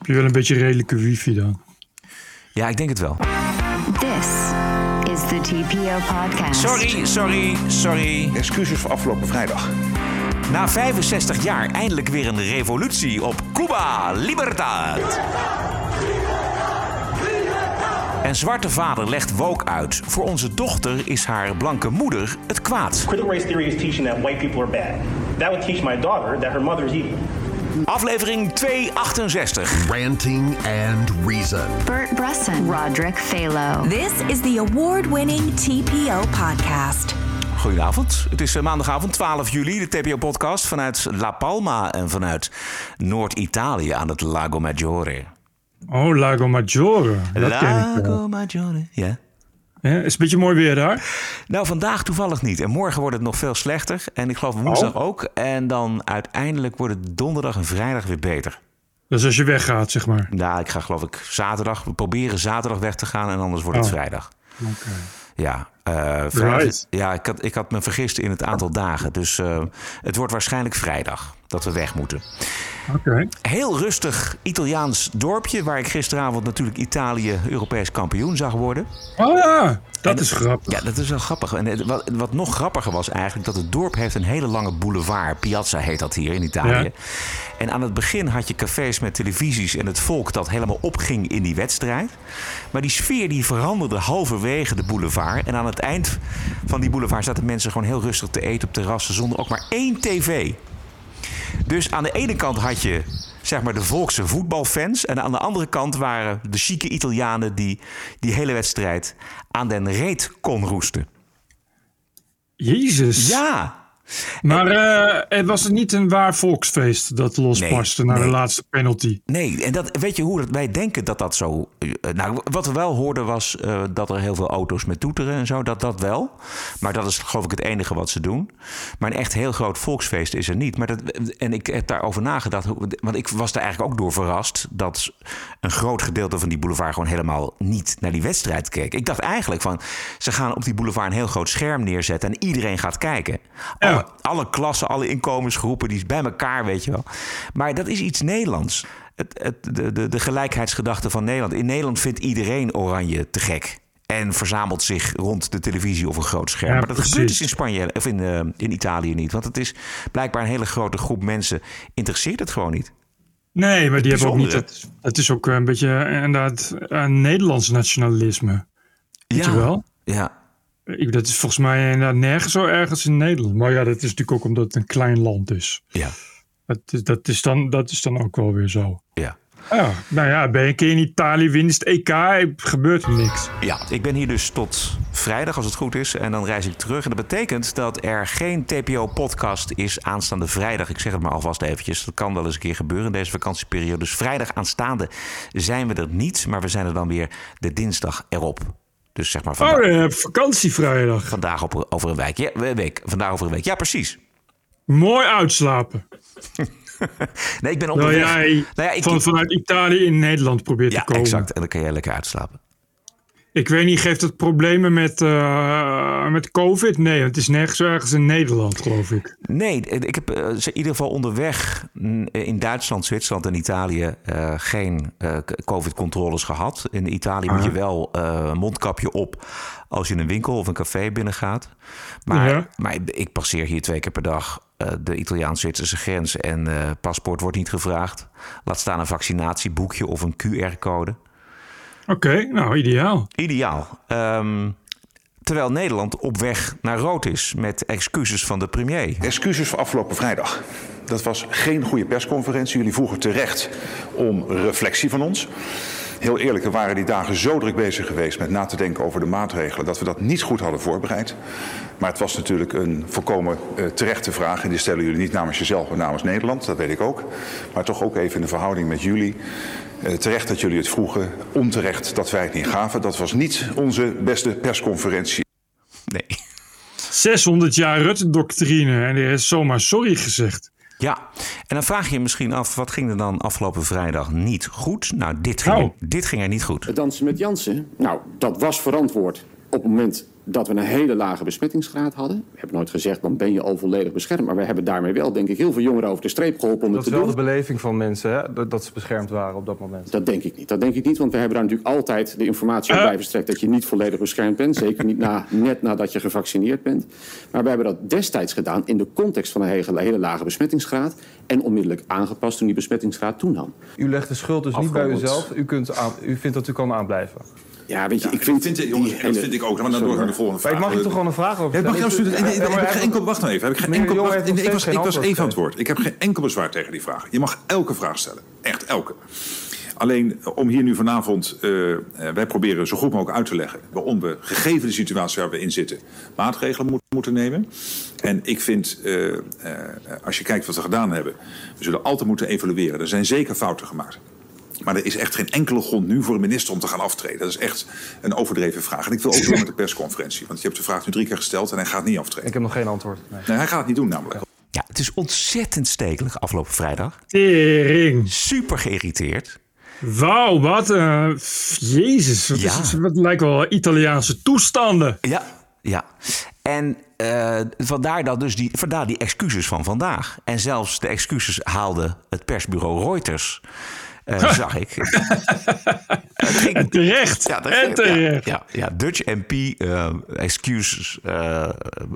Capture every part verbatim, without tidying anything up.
je wel een beetje redelijke wifi dan? Ja, ik denk het wel. This is the T P O podcast. Sorry, sorry, sorry. Excuses voor afgelopen vrijdag. Na vijfenzestig jaar eindelijk weer een revolutie op Cuba. Libertad. En zwarte vader legt woke uit. Voor onze dochter is haar blanke moeder het kwaad. Critical race theory is teaching that white people are bad. That would teach my daughter that her mother is evil. Aflevering tweehonderdachtenzestig. Ranting and Reason. Bert Bresson. Roderick Phalo. This is the award-winning T P O podcast. Goedenavond. Het is maandagavond twaalf juli, de T P O-podcast vanuit La Palma en vanuit Noord-Italië aan het Lago Maggiore. Oh, Lago Maggiore. Dat ken ik wel. Lago Maggiore, ja. Ja, is het een beetje mooi weer daar? Nou, vandaag toevallig niet. En morgen wordt het nog veel slechter. En ik geloof woensdag oh. ook. En dan uiteindelijk wordt het donderdag en vrijdag weer beter. Dus als je weggaat, zeg maar. Nou, ik ga geloof ik zaterdag. We proberen zaterdag weg te gaan en anders wordt het oh. vrijdag. Oké. Okay. Ja, uh, vrijdag, right. ja ik, had, ik had me vergist in het aantal dagen. Dus uh, het wordt waarschijnlijk vrijdag dat we weg moeten. Oké. Okay. Heel rustig Italiaans dorpje waar ik gisteravond natuurlijk Italië Europees kampioen zag worden. Oh ja, dat en, is grappig. Ja, dat is wel grappig. En wat, wat nog grappiger was eigenlijk dat het dorp heeft een hele lange boulevard. Piazza heet dat hier in Italië. Ja. En aan het begin had je cafés met televisies en het volk dat helemaal opging in die wedstrijd. Maar die sfeer die veranderde halverwege de boulevard. En aan het eind van die boulevard zaten mensen gewoon heel rustig te eten op terrassen zonder ook maar één tv. Dus aan de ene kant had je zeg maar de volkse voetbalfans. En aan de andere kant waren de chique Italianen die die hele wedstrijd aan den reet kon roesten. Jezus. Ja. Maar uh, was het niet een waar volksfeest dat losbarstte nee, naar nee. de laatste penalty? Nee, en dat, weet je hoe dat, wij denken dat dat zo... Uh, nou, wat we wel hoorden was uh, dat er heel veel auto's met toeteren en zo. Dat dat wel. Maar dat is geloof ik het enige wat ze doen. Maar een echt heel groot volksfeest is er niet. Maar dat, en ik heb daarover nagedacht. Want ik was daar eigenlijk ook door verrast dat een groot gedeelte van die boulevard gewoon helemaal niet naar die wedstrijd keek. Ik dacht eigenlijk van, ze gaan op die boulevard een heel groot scherm neerzetten en iedereen gaat kijken. Ja. Alle, alle klassen, alle inkomensgroepen, die is bij elkaar, weet je wel. Maar dat is iets Nederlands. Het, het, de, de, de gelijkheidsgedachte van Nederland. In Nederland vindt iedereen oranje te gek. En verzamelt zich rond de televisie of een groot scherm. Ja, maar dat precies. gebeurt dus in Spanje of in, uh, in Italië niet. Want het is blijkbaar een hele grote groep mensen. Interesseert het gewoon niet. Nee, maar die hebben ook niet... Het, het is ook een beetje inderdaad een Nederlands nationalisme. Weet ja, je wel? Ja. Ik, dat is volgens mij inderdaad nergens zo ergens in Nederland. Maar ja, dat is natuurlijk ook omdat het een klein land is. Ja. Dat, dat, is, dan, dat is dan ook wel weer zo. Ja. Ja, nou ja, ben je een keer in Italië, winst E K, gebeurt er niks. Ja, ik ben hier dus tot vrijdag als het goed is. En dan reis ik terug. En dat betekent dat er geen T P O-podcast is aanstaande vrijdag. Ik zeg het maar alvast eventjes. Dat kan wel eens een keer gebeuren in deze vakantieperiode. Dus vrijdag aanstaande zijn we er niet. Maar we zijn er dan weer de dinsdag erop. Dus zeg maar vandaag, oh, je hebt vakantievrijdag. Vandaag op, over een week. Ja, week. Vandaag over een week. Ja, precies. Mooi uitslapen. Nee, ik ben onderweg. Nou, jij nou ja, ik, van, vanuit Italië in Nederland probeert ja, te komen. Exact. En dan kan jij lekker uitslapen. Ik weet niet, geeft het problemen met, uh, met COVID? Nee, het is nergens ergens in Nederland, geloof ik. Nee, ik heb uh, in ieder geval onderweg in Duitsland, Zwitserland en Italië uh, geen uh, COVID-controles gehad. In Italië ah. moet je wel uh, een mondkapje op als je in een winkel of een café binnengaat. Maar, ja. maar ik passeer hier twee keer per dag uh, de Italiaans-Zwitserse grens en uh, paspoort wordt niet gevraagd. Laat staan een vaccinatieboekje of een Q R-code. Oké, okay, nou ideaal. Ideaal. Um, terwijl Nederland op weg naar rood is met excuses van de premier. Excuses voor afgelopen vrijdag. Dat was geen goede persconferentie. Jullie vroegen terecht om reflectie van ons. Heel eerlijk, we waren die dagen zo druk bezig geweest met na te denken over de maatregelen dat we dat niet goed hadden voorbereid. Maar het was natuurlijk een volkomen uh, terechte vraag. En die stellen jullie niet namens jezelf, maar namens Nederland. Dat weet ik ook. Maar toch ook even in de verhouding met jullie. Uh, terecht dat jullie het vroegen. Onterecht dat wij het niet gaven. Dat was niet onze beste persconferentie. Nee. zeshonderd jaar Rutte-doctrine. En er is zomaar sorry gezegd. Ja, en dan vraag je je misschien af, wat ging er dan afgelopen vrijdag niet goed? Nou, dit ging, oh. dit ging er niet goed. Het dansen met Jansen, nou, dat was verantwoord. op het moment dat we een hele lage besmettingsgraad hadden. We hebben nooit gezegd, dan ben je al volledig beschermd. Maar we hebben daarmee wel, denk ik, heel veel jongeren over de streep geholpen om dat het te doen. Dat is wel de beleving van mensen, hè? Dat, dat ze beschermd waren op dat moment. Dat denk ik niet. Dat denk ik niet, want we hebben daar natuurlijk altijd de informatie op blijven strekt dat je niet volledig beschermd bent. Zeker niet na, net nadat je gevaccineerd bent. Maar we hebben dat destijds gedaan in de context van een hele, hele lage besmettingsgraad. En onmiddellijk aangepast toen die besmettingsgraad toenam. U legt de schuld dus niet bij uzelf. U, kunt aan, u vindt dat u kan aanblijven. Ja, weet je, ja, ik vind... vind jongens, dat hele... vind ik ook. Maar dan door naar de volgende vraag. Maar ik mag je toch gewoon een vraag over stellen? Ja, mag je absoluut. Nee, nee, ja, heb ik geen enkel... Wacht nou even. Heb ik geen enkel... Wacht, nee, ik was, ik was even aan het woord. Ik heb geen enkel bezwaar tegen die vraag. Je mag elke vraag stellen. Echt elke. Alleen om hier nu vanavond... Uh, wij proberen zo goed mogelijk uit te leggen... waarom we, gegeven de situatie waar we in zitten... maatregelen moet, moeten nemen. En ik vind, uh, uh, als je kijkt wat we gedaan hebben... we zullen altijd moeten evalueren. Er zijn zeker fouten gemaakt. Maar er is echt geen enkele grond nu voor een minister om te gaan aftreden. Dat is echt een overdreven vraag. En ik wil ook door met de persconferentie. Want je hebt de vraag nu drie keer gesteld en hij gaat niet aftreden. Ik heb nog geen antwoord. Nee, nee hij gaat het niet doen namelijk. Ja, het is ontzettend stekelig afgelopen vrijdag. Tering. Super geïrriteerd. Wauw, wat uh, Jezus. Wat, ja. is, wat lijkt wel Italiaanse toestanden. Ja, ja. En uh, vandaar, dat dus die, vandaar die excuses van vandaag. En zelfs de excuses haalde het persbureau Reuters... Uh, zag ik. ging, en terecht. Ja, dat, en terecht. Ja, ja, ja, Dutch M P, uh, excuses uh,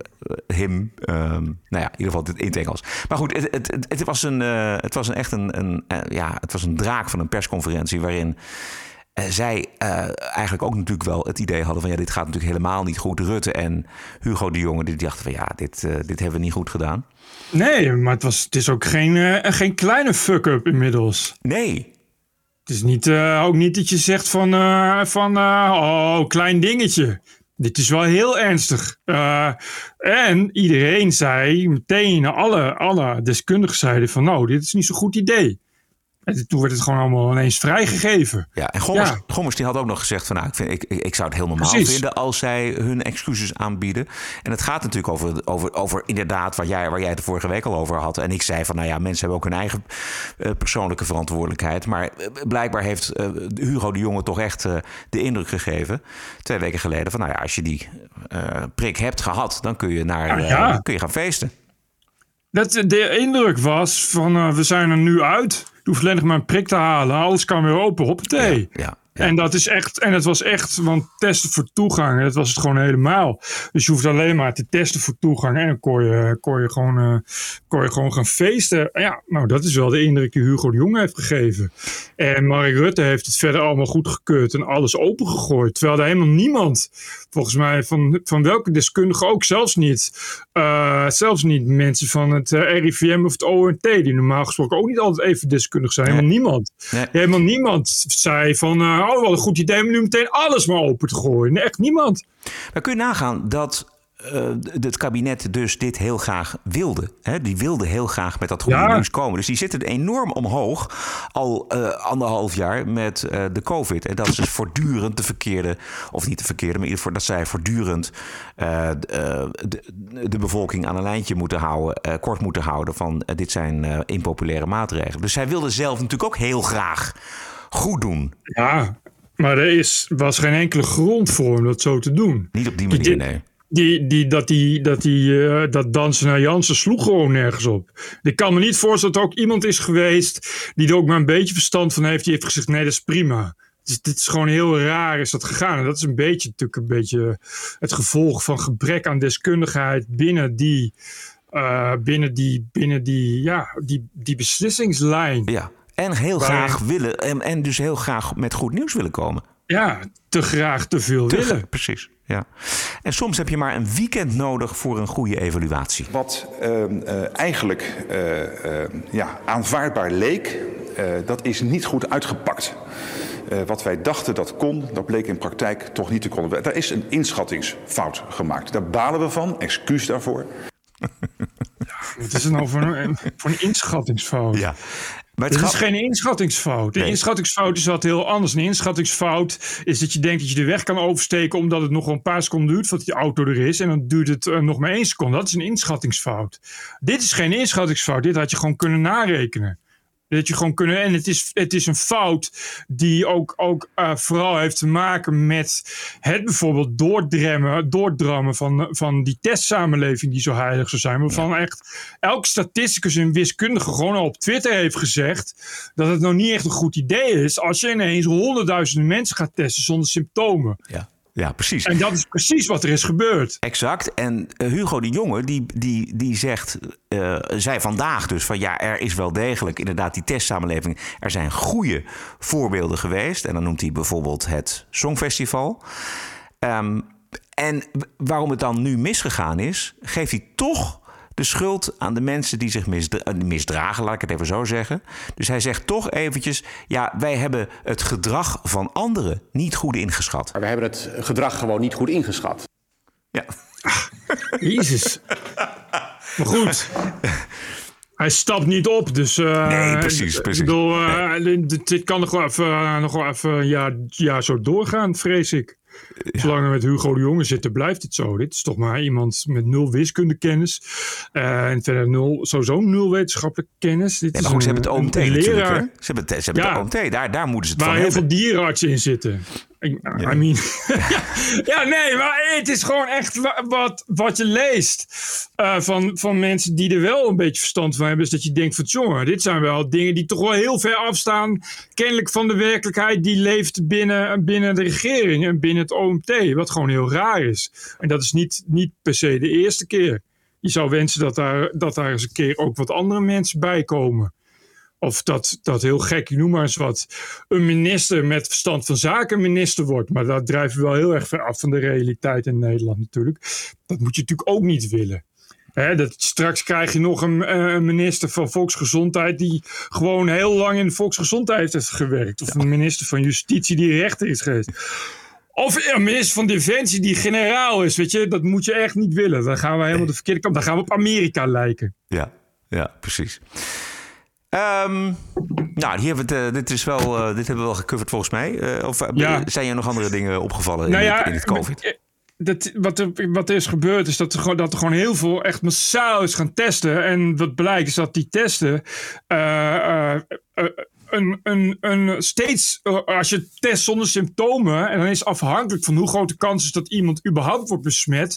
him. Uh, nou ja, in ieder geval in het Engels. Maar goed, het, het, het, het was, een, uh, het was een, echt een, een, uh, ja, het was een draak van een persconferentie... waarin uh, zij uh, eigenlijk ook natuurlijk wel het idee hadden van... ja, dit gaat natuurlijk helemaal niet goed. Rutte en Hugo de Jonge, die dachten van... ja, dit, uh, dit hebben we niet goed gedaan. Nee, maar het, was, het is ook geen, uh, geen kleine fuck-up inmiddels. Nee. Het is niet, uh, ook niet dat je zegt van, uh, van uh, oh, klein dingetje. Dit is wel heel ernstig. Uh, en iedereen zei meteen, alle, alle deskundigen zeiden van... nou, dit is niet zo'n goed idee. En toen werd het gewoon allemaal ineens vrijgegeven. Ja, en Gommers, ja. Gommers die had ook nog gezegd van... nou, ik, vind, ik, ik zou het heel normaal Precies. vinden als zij hun excuses aanbieden. En het gaat natuurlijk over, over, over inderdaad wat jij, waar jij het de vorige week al over had. En ik zei van, nou ja, mensen hebben ook hun eigen uh, persoonlijke verantwoordelijkheid. Maar uh, blijkbaar heeft uh, Hugo de Jonge toch echt uh, de indruk gegeven... twee weken geleden van, nou ja, als je die uh, prik hebt gehad... dan kun je, naar, uh, ja, ja. kun je gaan feesten. Dat de indruk was van, uh, we zijn er nu uit... Je hoeft alleen nog maar een prik te halen. Alles kan weer open. Hoppatee. Ja, ja, ja. En dat is echt. En het was echt. Want testen voor toegang. Dat was het gewoon helemaal. Dus je hoeft alleen maar te testen voor toegang. En dan kon je, kon je, gewoon, uh, kon je gewoon gaan feesten. Ja, nou, dat is wel de indruk die Hugo de Jonge heeft gegeven. En Mark Rutte heeft het verder allemaal goedgekeurd. En alles opengegooid. Terwijl er helemaal niemand. Volgens mij van, van welke deskundige ook. Zelfs niet. Uh, zelfs niet mensen van het uh, R I V M of het O M T. Die normaal gesproken ook niet altijd even deskundig zijn. Helemaal nee. niemand. Nee. Helemaal niemand zei van... Uh, oh, wel een goed idee om nu meteen alles maar open te gooien. Nee, echt niemand. Maar kun je nagaan dat uh, het kabinet dus dit heel graag wilde. Hè? Die wilde heel graag met dat goede ja. nieuws komen. Dus die zitten enorm omhoog al uh, anderhalf jaar met uh, de COVID. En dat is dus voortdurend de verkeerde... of niet de verkeerde, maar in ieder geval dat zij voortdurend... Uh, de, de bevolking aan een lijntje moeten houden, uh, kort moeten houden van uh, dit zijn uh, impopulaire maatregelen. Dus zij wilde zelf natuurlijk ook heel graag goed doen. Ja, maar er is, was geen enkele grond voor om dat zo te doen. Niet op die manier, die, nee. Die, die, dat, die, dat, die, uh, dat dansen naar Jansen sloeg gewoon nergens op. Ik kan me niet voorstellen dat er ook iemand is geweest... die er ook maar een beetje verstand van heeft. Die heeft gezegd, nee, dat is prima. Dus dit is gewoon heel raar is dat gegaan. En dat is een beetje natuurlijk een beetje het gevolg van gebrek aan deskundigheid binnen die, uh, binnen die, binnen die, ja, die, die beslissingslijn. Ja, en heel Waar, graag willen en, en dus heel graag met goed nieuws willen komen. Ja, te graag te veel te, willen. Precies, ja. En soms heb je maar een weekend nodig voor een goede evaluatie. Wat uh, uh, eigenlijk uh, uh, ja, aanvaardbaar leek, uh, dat is niet goed uitgepakt. Uh, wat wij dachten dat kon, dat bleek in praktijk toch niet te kunnen. Er is een inschattingsfout gemaakt. Daar balen we van. Excuus daarvoor. Ja, wat is er nou voor een, voor een inschattingsfout? Ja. Maar het het is geen inschattingsfout. De nee. inschattingsfout is wat heel anders. Een inschattingsfout is dat je denkt dat je de weg kan oversteken... omdat het nog een paar seconden duurt voordat die auto er is... en dan duurt het uh, nog maar één seconde. Dat is een inschattingsfout. Dit is geen inschattingsfout. Dit had je gewoon kunnen narekenen. Dat je gewoon kunnen. En het is, het is een fout die ook, ook uh, vooral heeft te maken met het bijvoorbeeld doordrammen, doordrammen van, van die testsamenleving die zo heilig zou zijn. Waarvan ja. echt elke statisticus en wiskundige gewoon al op Twitter heeft gezegd dat het nou niet echt een goed idee is als je ineens honderdduizenden mensen gaat testen zonder symptomen. Ja. Ja, precies. En dat is precies wat er is gebeurd. Exact. En uh, Hugo de Jonge, die, die, die zegt, uh, zei vandaag dus van ja, er is wel degelijk inderdaad die testsamenleving. Er zijn goede voorbeelden geweest. En dan noemt hij bijvoorbeeld het Songfestival. Um, en waarom het dan nu misgegaan is, geeft hij toch de schuld aan de mensen die zich misdra- misdragen, laat ik het even zo zeggen. Dus hij zegt toch eventjes, ja, wij hebben het gedrag van anderen niet goed ingeschat. Maar we hebben het gedrag gewoon niet goed ingeschat. Ja. Ach, Jezus. Maar goed. Hij stapt niet op, dus... Uh, nee, precies, precies. Ik bedoel, uh, nee. dit, dit kan nog wel even, uh, nog wel even ja, ja, zo doorgaan, vrees ik. Zolang er met Hugo de Jonge zit, blijft het zo. Dit is toch maar iemand met nul wiskundekennis. Uh, en verder nul, sowieso nul wetenschappelijke kennis. Dit nee, is maar goed, een, ze hebben het O M T natuurlijk. Hè? Ze hebben, het, ze hebben ja, het O M T, daar, daar moeten ze het waar van hebben. Waar heel veel dierenartsen in zitten. I, ja. I mean... ja, ja, nee, maar het is gewoon echt wat, wat je leest uh, van, van mensen die er wel een beetje verstand van hebben. Is dat je denkt van, jongen, dit zijn wel dingen die toch wel heel ver afstaan. Kennelijk van de werkelijkheid die leeft binnen, binnen de regering en binnen het O M T. Wat gewoon heel raar is. En dat is niet, niet per se de eerste keer. Je zou wensen dat daar, dat daar eens een keer ook wat andere mensen bij komen. Of dat, dat heel gek, noem maar eens wat, een minister met verstand van zaken minister wordt. Maar dat drijft wel heel erg ver af van de realiteit in Nederland natuurlijk. Dat moet je natuurlijk ook niet willen. He, dat, straks krijg je nog een, een minister van Volksgezondheid die gewoon heel lang in de volksgezondheid heeft gewerkt. Of een minister van Justitie die rechter is geweest. Of een minister van Defensie die generaal is, weet je. Dat moet je echt niet willen. Dan gaan we helemaal de verkeerde kant. Dan gaan we op Amerika lijken. Ja, ja, precies. Um, nou, hier hebben we het, uh, dit, is wel, uh, dit hebben we wel gecoverd volgens mij. Uh, of uh, ja. zijn er nog andere dingen opgevallen nou in, ja, het, in het COVID? Dat, wat, er, wat er is gebeurd is dat er, gewoon, dat er gewoon heel veel echt massaal is gaan testen. En wat blijkt is dat die testen... Uh, uh, uh, Een, een, een steeds, als je test zonder symptomen, en dan is afhankelijk van hoe groot de kans is dat iemand überhaupt wordt besmet,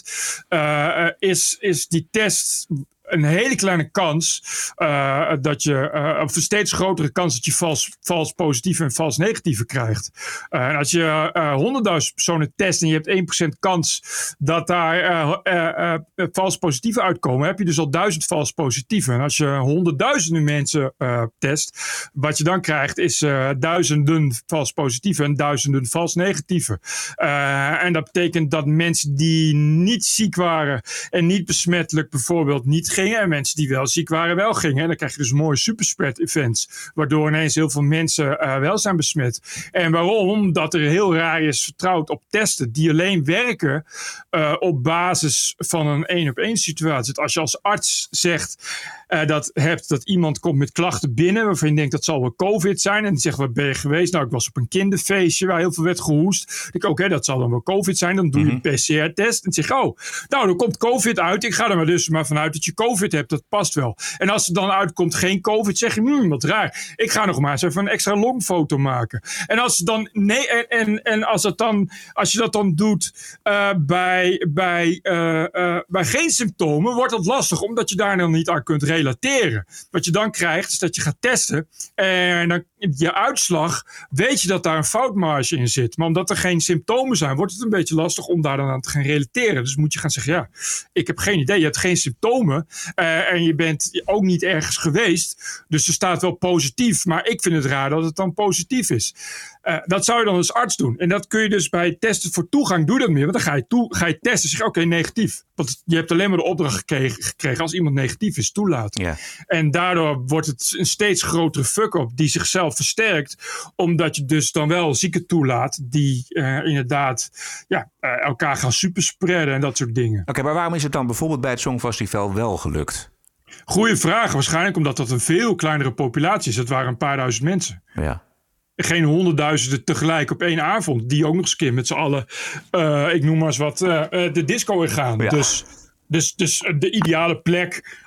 uh, is, is die test een hele kleine kans uh, dat je, uh, of een steeds grotere kans dat je vals, vals positieve en vals negatieve krijgt. Uh, en als je uh, honderdduizend personen test en je hebt één procent kans dat daar uh, uh, uh, vals positieve uitkomen, heb je dus al duizend vals positieve. En als je honderdduizenden mensen uh, test, wat je dan krijgt is uh, duizenden vals positieve en duizenden vals negatieve. Uh, en dat betekent dat mensen die niet ziek waren en niet besmettelijk bijvoorbeeld niet gingen en mensen die wel ziek waren wel gingen. En dan krijg je dus mooie superspread events, waardoor ineens heel veel mensen uh, wel zijn besmet. En waarom? Omdat er heel raar is vertrouwd op testen die alleen werken uh, op basis van een één-op-één situatie. Dus als je als arts zegt uh, dat, hebt, dat iemand komt met klachten binnen waarvan je denkt dat zal wel COVID zijn en die zegt wat ben je geweest? Nou, ik was op een kinderfeestje waar heel veel werd gehoest. Dan denk ik oké, okay, dat zal dan wel COVID zijn. Dan doe je een P C R-test en zeg oh, nou dan komt COVID uit. Ik ga er maar dus maar vanuit dat je COVID hebt. Dat past wel. En als er dan uitkomt geen COVID, zeg je hmm, wat raar. Ik ga nog maar eens even een extra longfoto maken. En als dan nee en, en, en als het dan als je dat dan doet uh, bij bij, uh, uh, bij geen symptomen, wordt dat lastig omdat je daar dan niet aan kunt relateren. Wat je dan krijgt is dat je gaat testen en dan je uitslag weet je dat daar een foutmarge in zit. Maar omdat er geen symptomen zijn, wordt het een beetje lastig om daar dan aan te gaan relateren. Dus moet je gaan zeggen, ja, ik heb geen idee. Je hebt geen symptomen uh, en je bent ook niet ergens geweest. Dus er staat wel positief. Maar ik vind het raar dat het dan positief is. Uh, dat zou je dan als arts doen. En dat kun je dus bij testen voor toegang, doe dat meer. Want dan ga je, toe, ga je testen. Zeg je, oké, okay, negatief. Want je hebt alleen maar de opdracht gekregen, gekregen als iemand negatief is, toelaten. Ja. En daardoor wordt het een steeds grotere fuck-up die zichzelf versterkt. Omdat je dus dan wel zieken toelaat die uh, inderdaad ja, uh, elkaar gaan superspreiden en dat soort dingen. Oké, okay, maar waarom is het dan bijvoorbeeld bij het Songfestival wel gelukt? Goeie vraag. Waarschijnlijk omdat dat een veel kleinere populatie is. Dat waren een paar duizend mensen. Ja. Geen honderdduizenden tegelijk op één avond. Die ook nog eens een keer met z'n allen, uh, ik noem maar eens wat, uh, de disco in gaan. Ja. Dus, dus, dus de ideale plek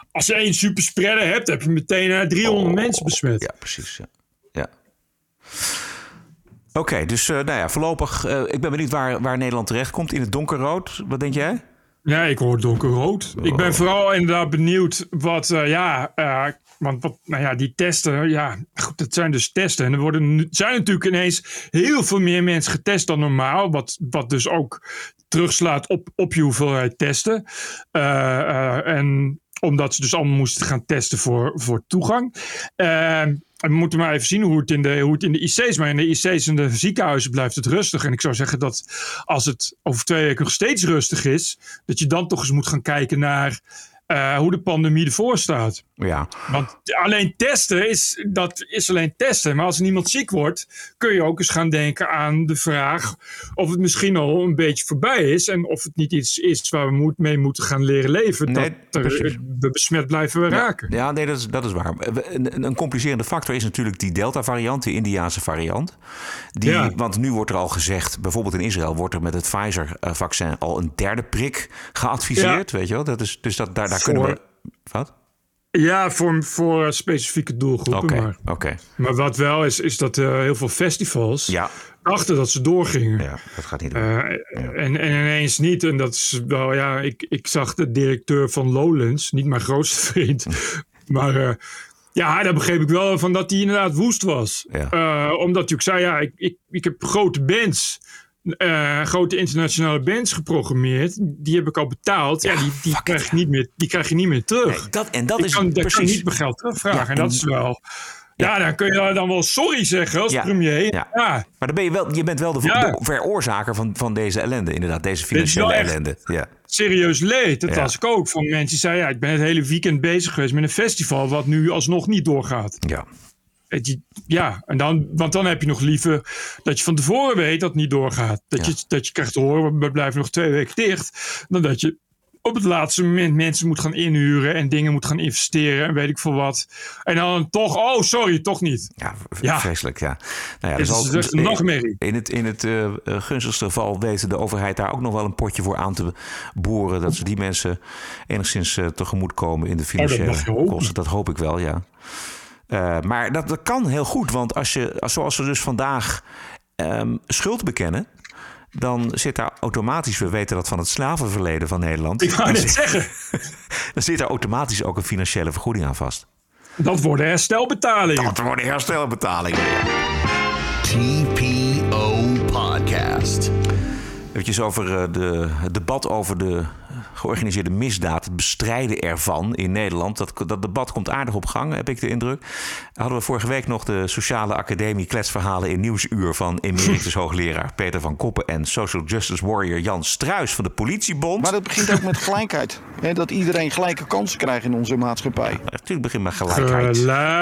als je één superspreader hebt, heb je meteen uh, driehonderd oh, mensen besmet. Ja, precies. Ja. ja. Oké, okay, dus uh, nou ja, voorlopig, uh, ik ben benieuwd waar, waar Nederland terecht komt. In het donkerrood, wat denk jij? Ja, ik hoor donkerrood. Oh. Ik ben vooral inderdaad benieuwd wat, uh, ja, uh, want wat, nou ja, die testen, ja, goed, dat zijn dus testen. En er worden, zijn natuurlijk ineens heel veel meer mensen getest dan normaal, wat, wat dus ook terugslaat op, op je hoeveelheid testen. Uh, uh, en omdat ze dus allemaal moesten gaan testen voor, voor toegang. Uh, we moeten maar even zien hoe het, in de, hoe het in de I C's is. Maar in de I C's en de ziekenhuizen blijft het rustig. En ik zou zeggen dat als het over twee weken nog steeds rustig is, dat je dan toch eens moet gaan kijken naar uh, hoe de pandemie ervoor staat. Ja. Want alleen testen is, dat is alleen testen. Maar als er niemand ziek wordt, kun je ook eens gaan denken aan de vraag of het misschien al een beetje voorbij is. En of het niet iets is waar we moet, mee moeten gaan leren leven. Nee, dat er, we besmet blijven we ja, raken. Ja, nee, dat is, dat is waar. Een, een complicerende factor is natuurlijk die Delta-variant, die Indiase variant. Die, ja. Want nu wordt er al gezegd, bijvoorbeeld in Israël, wordt er met het Pfizer-vaccin al een derde prik geadviseerd. Ja. Weet je wel? Dat is, dus dat, daar, daar kunnen we... Wat? Ja, voor, voor specifieke doelgroepen. Okay, maar, okay. maar wat wel is, is dat uh, heel veel festivals ja. dachten dat ze doorgingen. Ja, dat gaat niet door. Uh, ja. en, en ineens niet. En dat is wel, ja, ik, ik zag de directeur van Lowlands, niet mijn grootste vriend. maar uh, ja, daar begreep ik wel van dat hij inderdaad woest was. Ja. Uh, omdat hij ook zei, ja, ik, ik, ik heb grote bands... Uh, grote internationale bands geprogrammeerd. Die heb ik al betaald. Ja, ja die, die, krijg je niet meer, die krijg je niet meer terug. Nee, dat, en dat ik is kan, precies. kan je niet mijn geld terugvragen. Ja, en, en dat is wel... Ja, ja, dan kun je dan wel sorry zeggen als ja, premier. Ja. Ja. Maar dan ben je, wel, je bent wel de, ja. de veroorzaker van, van deze ellende. Inderdaad, deze financiële ellende. Ja. Serieus leed. Dat ja. was ik ook. Van mensen die zeiden, ja, ik ben het hele weekend bezig geweest met een festival wat nu alsnog niet doorgaat. Ja. Ja, en dan, want dan heb je nog liever dat je van tevoren weet dat het niet doorgaat. Dat, ja. je, dat je krijgt te horen, we blijven nog twee weken dicht. Dan dat je op het laatste moment mensen moet gaan inhuren en dingen moet gaan investeren en weet ik veel wat. En dan toch, oh sorry, toch niet. Ja, ja. vreselijk, ja. Nou ja, dus dus het is een nachtmerrie. In het, in het uh, gunstigste geval weet de overheid daar ook nog wel een potje voor aan te boren. Dat ze die mensen enigszins uh, tegemoet komen in de financiële oh, dat kosten. Dat hoop ik wel, ja. Uh, maar dat, dat kan heel goed, want als je, als, zoals we dus vandaag um, schuld bekennen, dan zit daar automatisch, we weten dat van het slavenverleden van Nederland. Ik wou net zit, zeggen. Dan zit er automatisch ook een financiële vergoeding aan vast. Dat worden herstelbetalingen. Dat worden herstelbetalingen. T P O Podcast. Eventjes over de, het debat over de georganiseerde misdaad, het bestrijden ervan in Nederland. Dat, dat debat komt aardig op gang, heb ik de indruk. Hadden we vorige week nog de Sociale Academie kletsverhalen in Nieuwsuur van emeritus hoogleraar Peter van Koppen en social justice warrior Jan Struijs van de Politiebond. Maar dat begint ook met gelijkheid. Hè? Dat iedereen gelijke kansen krijgt in onze maatschappij. Ja, natuurlijk begint met gelijkheid.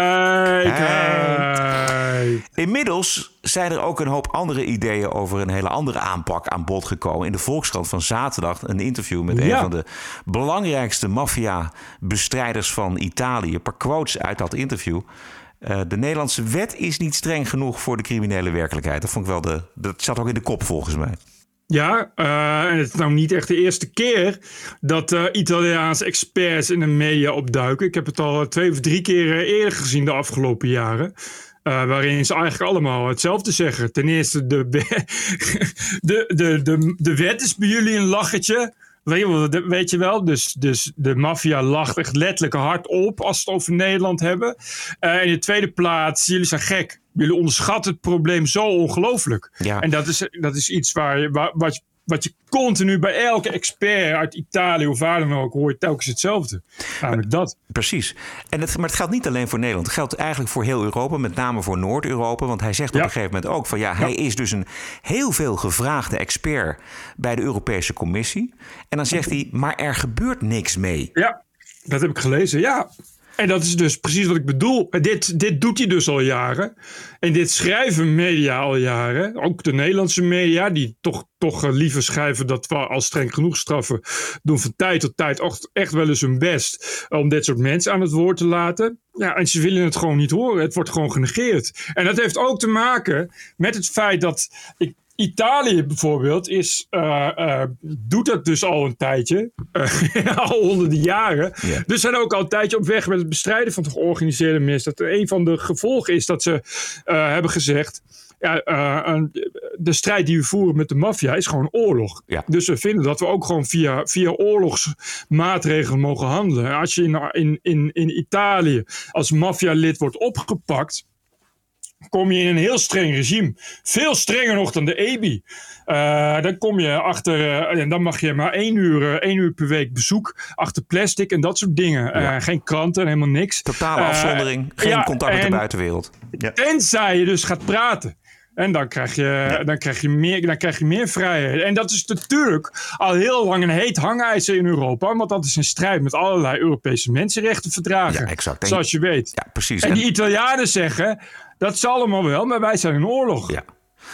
Gelijkheid. Inmiddels zijn er ook een hoop andere ideeën over een hele andere aanpak aan bod gekomen. In de Volkskrant van zaterdag een interview met ja. een van de belangrijkste maffia-bestrijders van Italië. Een paar quotes uit dat interview. Uh, de Nederlandse wet is niet streng genoeg voor de criminele werkelijkheid. Dat vond ik wel de. Dat zat ook in de kop volgens mij. Ja, uh, en het is nou niet echt de eerste keer dat uh, Italiaanse experts in de media opduiken. Ik heb het al twee of drie keer eerder gezien de afgelopen jaren. Uh, waarin ze eigenlijk allemaal hetzelfde zeggen. Ten eerste, de, de, de, de, de wet is bij jullie een lachertje. Weet je wel, dus, dus de maffia lacht echt letterlijk hard op als ze het over Nederland hebben. Uh, in de tweede plaats, jullie zijn gek. Jullie onderschatten het probleem zo ongelooflijk. Ja. En dat is, dat is iets waar je, waar, wat, je, wat je continu bij elke expert uit Italië of waar dan ook hoort telkens hetzelfde. Namelijk dat. Precies. En het, maar het geldt niet alleen voor Nederland. Het geldt eigenlijk voor heel Europa, met name voor Noord-Europa. Want hij zegt ja. op een gegeven moment ook van ja, hij ja. is dus een heel veel gevraagde expert bij de Europese Commissie. En dan zegt hij, maar er gebeurt niks mee. Ja, dat heb ik gelezen, ja. En dat is dus precies wat ik bedoel. Dit, dit doet hij dus al jaren. En dit schrijven media al jaren. Ook de Nederlandse media, die toch, toch liever schrijven dat we al streng genoeg straffen, doen van tijd tot tijd echt, echt wel eens hun best om dit soort mensen aan het woord te laten. Ja, en ze willen het gewoon niet horen. Het wordt gewoon genegeerd. En dat heeft ook te maken met het feit dat ik Italië bijvoorbeeld is, uh, uh, doet dat dus al een tijdje. Uh, al honderden jaren. Yeah. Dus zijn ook al een tijdje op weg met het bestrijden van de georganiseerde misdaad. Een van de gevolgen is dat ze uh, hebben gezegd... Ja, uh, de strijd die we voeren met de maffia is gewoon oorlog. Ja. Dus we vinden dat we ook gewoon via, via oorlogsmaatregelen mogen handelen. Als je in, in, in, in Italië als maffialid wordt opgepakt... kom je in een heel streng regime. Veel strenger nog dan de E B I. Uh, dan kom je achter... Uh, en dan mag je maar één uur, uh, één uur per week bezoek... achter plastic en dat soort dingen. Ja. Uh, geen kranten, helemaal niks. Totale uh, afzondering. Geen ja, contact met de buitenwereld. Ja. Tenzij je dus gaat praten. En dan krijg, je, ja. dan, krijg je meer, dan krijg je meer vrijheid. En dat is natuurlijk al heel lang een heet hangijzer in Europa. Want dat is in strijd met allerlei Europese mensenrechtenverdragen. Ja, exact. En, zoals je weet. Ja, precies. En die Italianen zeggen... Dat is allemaal wel, maar wij zijn in oorlog. Ja,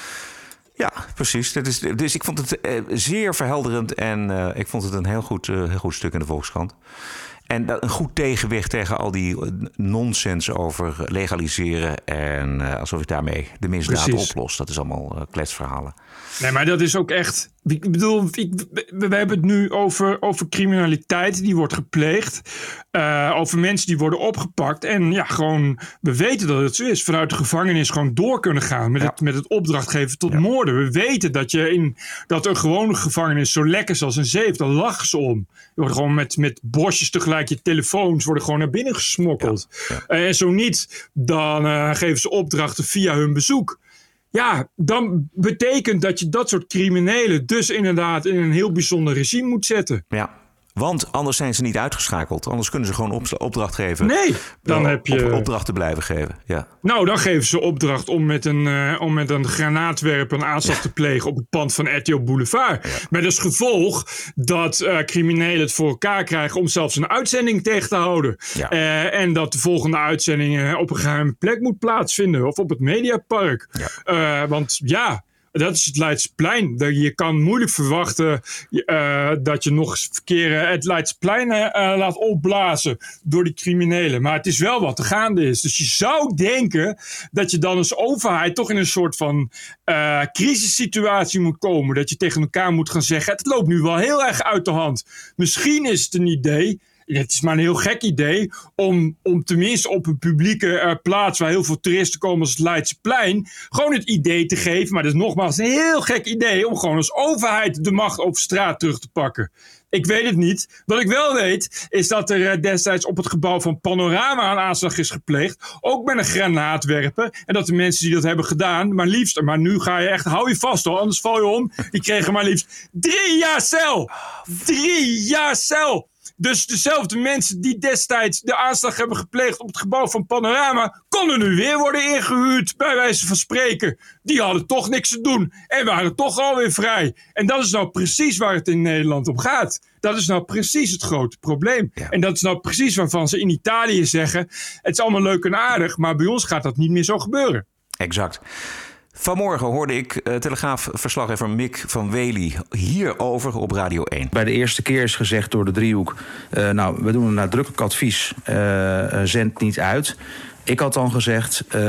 ja precies. Dat is, dus ik vond het uh, zeer verhelderend en uh, ik vond het een heel goed, uh, heel goed stuk in de Volkskrant. En dat een goed tegenwicht tegen al die nonsens over legaliseren en uh, alsof je daarmee de misdaad precies. oplost. Dat is allemaal uh, kletsverhalen. Nee, maar dat is ook echt... Ik bedoel, ik, we hebben het nu over, over criminaliteit die wordt gepleegd. Uh, over mensen die worden opgepakt. En ja, gewoon, we weten dat het zo is. Vanuit de gevangenis gewoon door kunnen gaan met, ja. het, met het opdracht geven tot ja. moorden. We weten dat, je in, dat een gewone gevangenis zo lekker is als een zeef. Daar lachen ze om. Je wordt gewoon met, met bosjes tegelijk, je telefoons worden gewoon naar binnen gesmokkeld. Ja. Ja. Uh, en zo niet, dan uh, geven ze opdrachten via hun bezoek. Ja, dan betekent dat je dat soort criminelen dus inderdaad in een heel bijzonder regime moet zetten. Ja, want anders zijn ze niet uitgeschakeld. Anders kunnen ze gewoon op, opdracht geven. Nee, dan op, heb je... Op, opdrachten blijven geven, ja. Nou, dan geven ze opdracht om met een, uh, om met een granaatwerper een aanslag ja. te plegen op het pand van R T L Boulevard. Ja. Met als gevolg dat uh, criminelen het voor elkaar krijgen om zelfs een uitzending tegen te houden. Ja. Uh, en dat de volgende uitzending uh, op een geheime plek moet plaatsvinden. Of op het Mediapark. Ja. Uh, want ja... Dat is het Leidseplein. Je kan moeilijk verwachten uh, dat je nog eens verkeer het Leidseplein uh, laat opblazen door die criminelen. Maar het is wel wat er gaande is. Dus je zou denken dat je dan als overheid toch in een soort van uh, crisissituatie moet komen. Dat je tegen elkaar moet gaan zeggen, het loopt nu wel heel erg uit de hand. Misschien is het een idee... Het is maar een heel gek idee om, om tenminste op een publieke uh, plaats waar heel veel toeristen komen als het Leidseplein, gewoon het idee te geven, maar dat is nogmaals een heel gek idee om gewoon als overheid de macht over straat terug te pakken. Ik weet het niet. Wat ik wel weet is dat er uh, destijds op het gebouw van Panorama een aanslag is gepleegd. Ook met een granaatwerper. En dat de mensen die dat hebben gedaan, maar liefst, maar nu ga je echt, hou je vast hoor, anders val je om. Die kregen maar liefst drie jaar cel. Drie jaar cel. Dus dezelfde mensen die destijds de aanslag hebben gepleegd op het gebouw van Panorama, konden nu weer worden ingehuurd, bij wijze van spreken. Die hadden toch niks te doen en waren toch alweer vrij. En dat is nou precies waar het in Nederland om gaat. Dat is nou precies het grote probleem. Ja. En dat is nou precies waarvan ze in Italië zeggen, het is allemaal leuk en aardig, maar bij ons gaat dat niet meer zo gebeuren. Exact. Vanmorgen hoorde ik uh, Telegraaf-verslaggever Mick van Wely hierover op Radio één. Bij de eerste keer is gezegd door de driehoek, Uh, nou, we doen een nadrukkelijk advies, uh, uh, zend niet uit. Ik had dan gezegd, uh,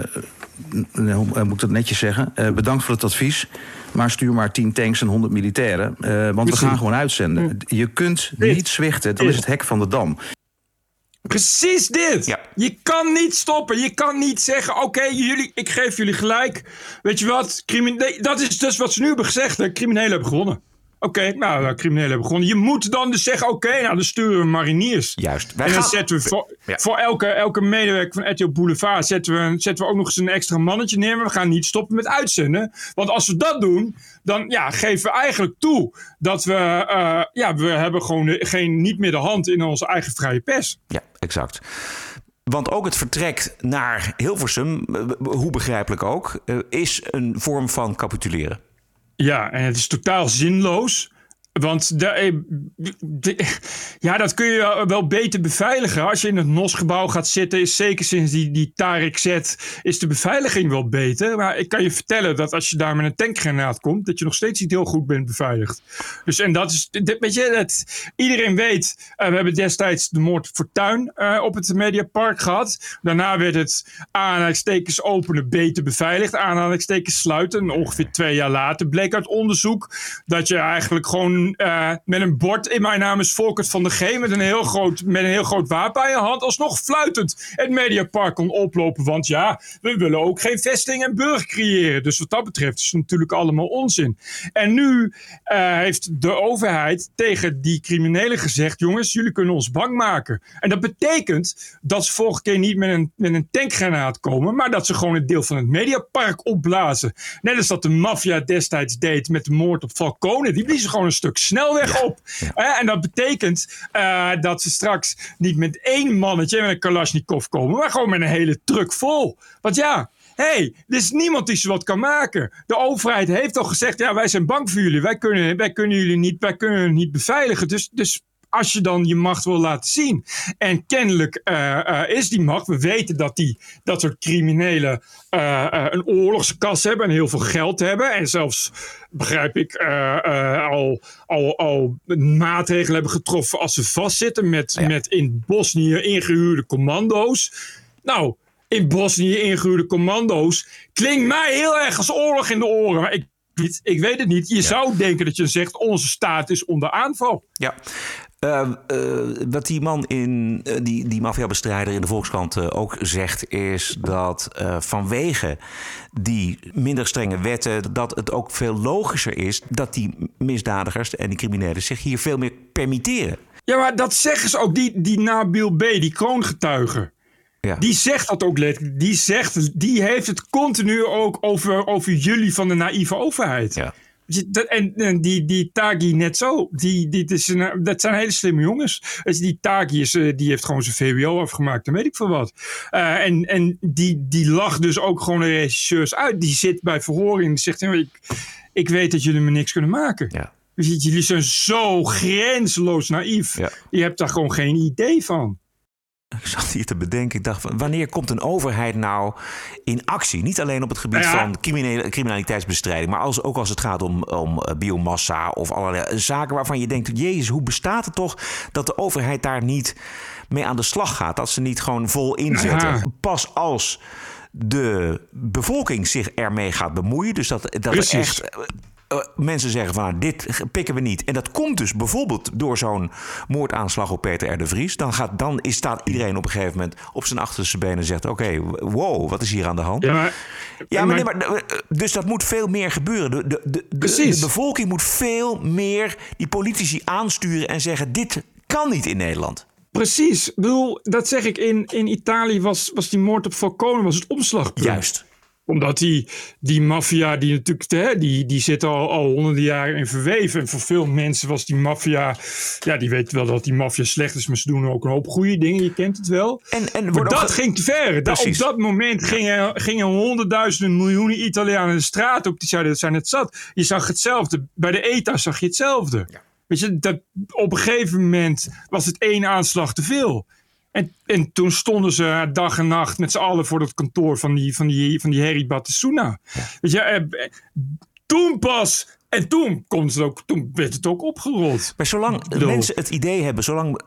hoe moet ik dat netjes zeggen, Uh, bedankt voor het advies, maar stuur maar tien tanks en honderd militairen. Uh, want we gaan gewoon uitzenden. Je kunt niet zwichten, dat is het hek van de dam. Precies dit. Ja. Je kan niet stoppen. Je kan niet zeggen, oké, okay, jullie, ik geef jullie gelijk. Weet je wat? Crimine- dat is dus wat ze nu hebben gezegd. De criminelen hebben gewonnen. Oké, okay, nou, de criminelen hebben gewonnen. Je moet dan dus zeggen, oké, okay, nou, dan sturen we mariniers. Juist. Wij en dan gaan... zetten we voor, ja. voor elke, elke medewerker van R T L Boulevard zetten we, zetten we ook nog eens een extra mannetje neer. Maar we gaan niet stoppen met uitzenden. Want als we dat doen, dan ja, geven we eigenlijk toe dat we, uh, ja, we hebben gewoon de, geen, niet meer de hand in onze eigen vrije pers. Ja, exact. Want ook het vertrek naar Hilversum, hoe begrijpelijk ook, is een vorm van capituleren. Ja, en het is totaal zinloos. Want de, de, ja, dat kun je wel beter beveiligen. Als je in het N O S-gebouw gaat zitten, is zeker sinds die, die Tariq Z, is de beveiliging wel beter. Maar ik kan je vertellen dat als je daar met een tankgranaat komt, dat je nog steeds niet heel goed bent beveiligd. Dus en dat is, weet je, het, iedereen weet, uh, we hebben destijds de moord op Fortuyn uh, op het Mediapark gehad. Daarna werd het aanhalingstekens openen beter beveiligd, aanhalingstekens sluiten. En ongeveer twee jaar later bleek uit onderzoek dat je eigenlijk gewoon Uh, met een bord in mijn naam is Volkert van de G met een heel groot, met een heel groot wapen aan je hand alsnog fluitend het Mediapark kon oplopen. Want ja, we willen ook geen vesting en burg creëren. Dus wat dat betreft is het natuurlijk allemaal onzin. En nu uh, heeft de overheid tegen die criminelen gezegd, jongens, jullie kunnen ons bang maken. En dat betekent dat ze volgende keer niet met een, met een tankgranaat komen, maar dat ze gewoon een deel van het Mediapark opblazen. Net als dat de maffia destijds deed met de moord op Falcone. Die bliezen gewoon een stuk snelweg ja, op. Ja. Eh, en dat betekent uh, dat ze straks niet met één mannetje met een Kalashnikov komen, maar gewoon met een hele truck vol. Want ja, hé, hey, er is niemand die ze wat kan maken. De overheid heeft al gezegd, ja, wij zijn bang voor jullie. Wij kunnen, wij kunnen jullie niet, wij kunnen niet beveiligen. Dus, dus als je dan je macht wil laten zien. En kennelijk uh, uh, is die macht. We weten dat die, dat soort criminelen uh, uh, een oorlogskas hebben en heel veel geld hebben. En zelfs, begrijp ik, uh, uh, al, al, al maatregelen hebben getroffen als ze vastzitten met, ja. met in Bosnië ingehuurde commando's. Nou, in Bosnië ingehuurde commando's klinkt mij heel erg als oorlog in de oren. Maar ik, niet, ik weet het niet. Je ja. zou denken dat je zegt, onze staat is onder aanval. Ja. Uh, uh, wat die man in uh, die, die maffiabestrijder in de Volkskrant uh, ook zegt, is dat uh, vanwege die minder strenge wetten, dat het ook veel logischer is dat die misdadigers en die criminelen zich hier veel meer permitteren. Ja, maar dat zeggen ze ook, die, die Nabil B., die kroongetuige. Ja. Die zegt dat ook letterlijk. Die zegt, die heeft het continu ook over, over jullie van de naïeve overheid. Ja. En, en die, die Taghi net zo. Die, die, dat, is een, dat zijn hele slimme jongens. Dus die Taghi is, die heeft gewoon zijn V W O afgemaakt. Dan weet ik veel wat. Uh, en en die, die lacht dus ook gewoon de regisseurs uit. Die zit bij verhoring en die zegt, ik, ik weet dat jullie me niks kunnen maken. Ja. Dus jullie zijn zo grenzeloos naïef. Ja. Je hebt daar gewoon geen idee van. Ik zat hier te bedenken. Ik dacht, wanneer komt een overheid nou in actie? Niet alleen op het gebied ja. van criminaliteitsbestrijding, maar als, ook als het gaat om, om biomassa of allerlei zaken waarvan je denkt, jezus, hoe bestaat het toch dat de overheid daar niet mee aan de slag gaat? Dat ze niet gewoon vol inzetten. Ja. Pas als de bevolking zich ermee gaat bemoeien, dus dat, dat er echt Uh, mensen zeggen van, nou, dit pikken we niet. En dat komt dus bijvoorbeeld door zo'n moordaanslag op Peter R. de Vries. Dan, gaat, dan is, staat iedereen op een gegeven moment op zijn achterste benen en zegt, oké, okay, wow, wat is hier aan de hand? Ja, maar, ja, maar, maar, nee, maar dus dat moet veel meer gebeuren. De, de, de, de, de bevolking moet veel meer die politici aansturen en zeggen, dit kan niet in Nederland. Precies. Ik bedoel, dat zeg ik, in, in Italië was, was die moord op Falcone was het omslagpunt. Juist. Omdat die, die maffia, die natuurlijk, hè, die, die zit al, al honderden jaren in verweven. En voor veel mensen was die maffia, ja, die weten wel dat die maffia slecht is, maar ze doen ook een hoop goede dingen, je kent het wel. En, en maar dat ge- ging te ver. Da, op dat moment ja. gingen, gingen honderdduizenden, miljoenen Italianen de straat op, die zeiden, dat zijn het zat. Je zag hetzelfde, bij de E T A zag je hetzelfde. Ja. Weet je, dat, op een gegeven moment was het één aanslag te veel. En, en toen stonden ze dag en nacht met z'n allen voor dat kantoor van die, van die, van die Harry Batasuna. Weet je, eh, toen pas. En toen, kon het ook, toen werd het ook opgerold. Maar zolang Bedoel. mensen het idee hebben, zolang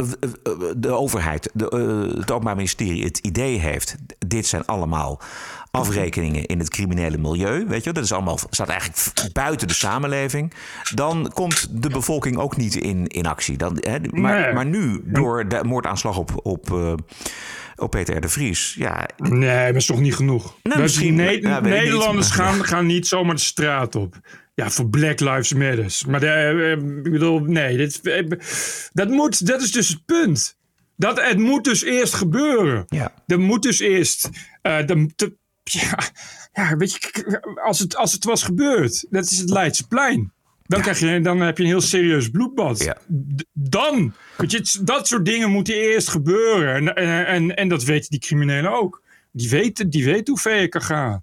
de overheid, de, het Openbaar Ministerie het idee heeft, dit zijn allemaal afrekeningen in het criminele milieu, weet je, dat is allemaal, staat eigenlijk buiten de samenleving, dan komt de bevolking ook niet in, in actie. Dan, hè, maar, nee. maar nu, door de moordaanslag op, op, uh, op Peter R. de Vries, ja. Nee, maar dat is toch niet genoeg. Nou, misschien, ne- ja, Nederlanders niet, gaan, gaan niet zomaar de straat op. Ja, voor Black Lives Matter. Maar de, ik bedoel, nee, dit, dat, moet, dat is dus het punt. Dat, het moet dus eerst gebeuren. Ja. Dat moet dus eerst. Uh, de, de, ja, ja, weet je, als het, als het was gebeurd, dat is het Leidseplein. Dan, ja. krijg je, dan heb je een heel serieus bloedbad. Ja. D- dan, weet je, dat soort dingen moeten eerst gebeuren. En, en, en, en dat weten die criminelen ook. Die weten, die weten hoe ver je kan gaan.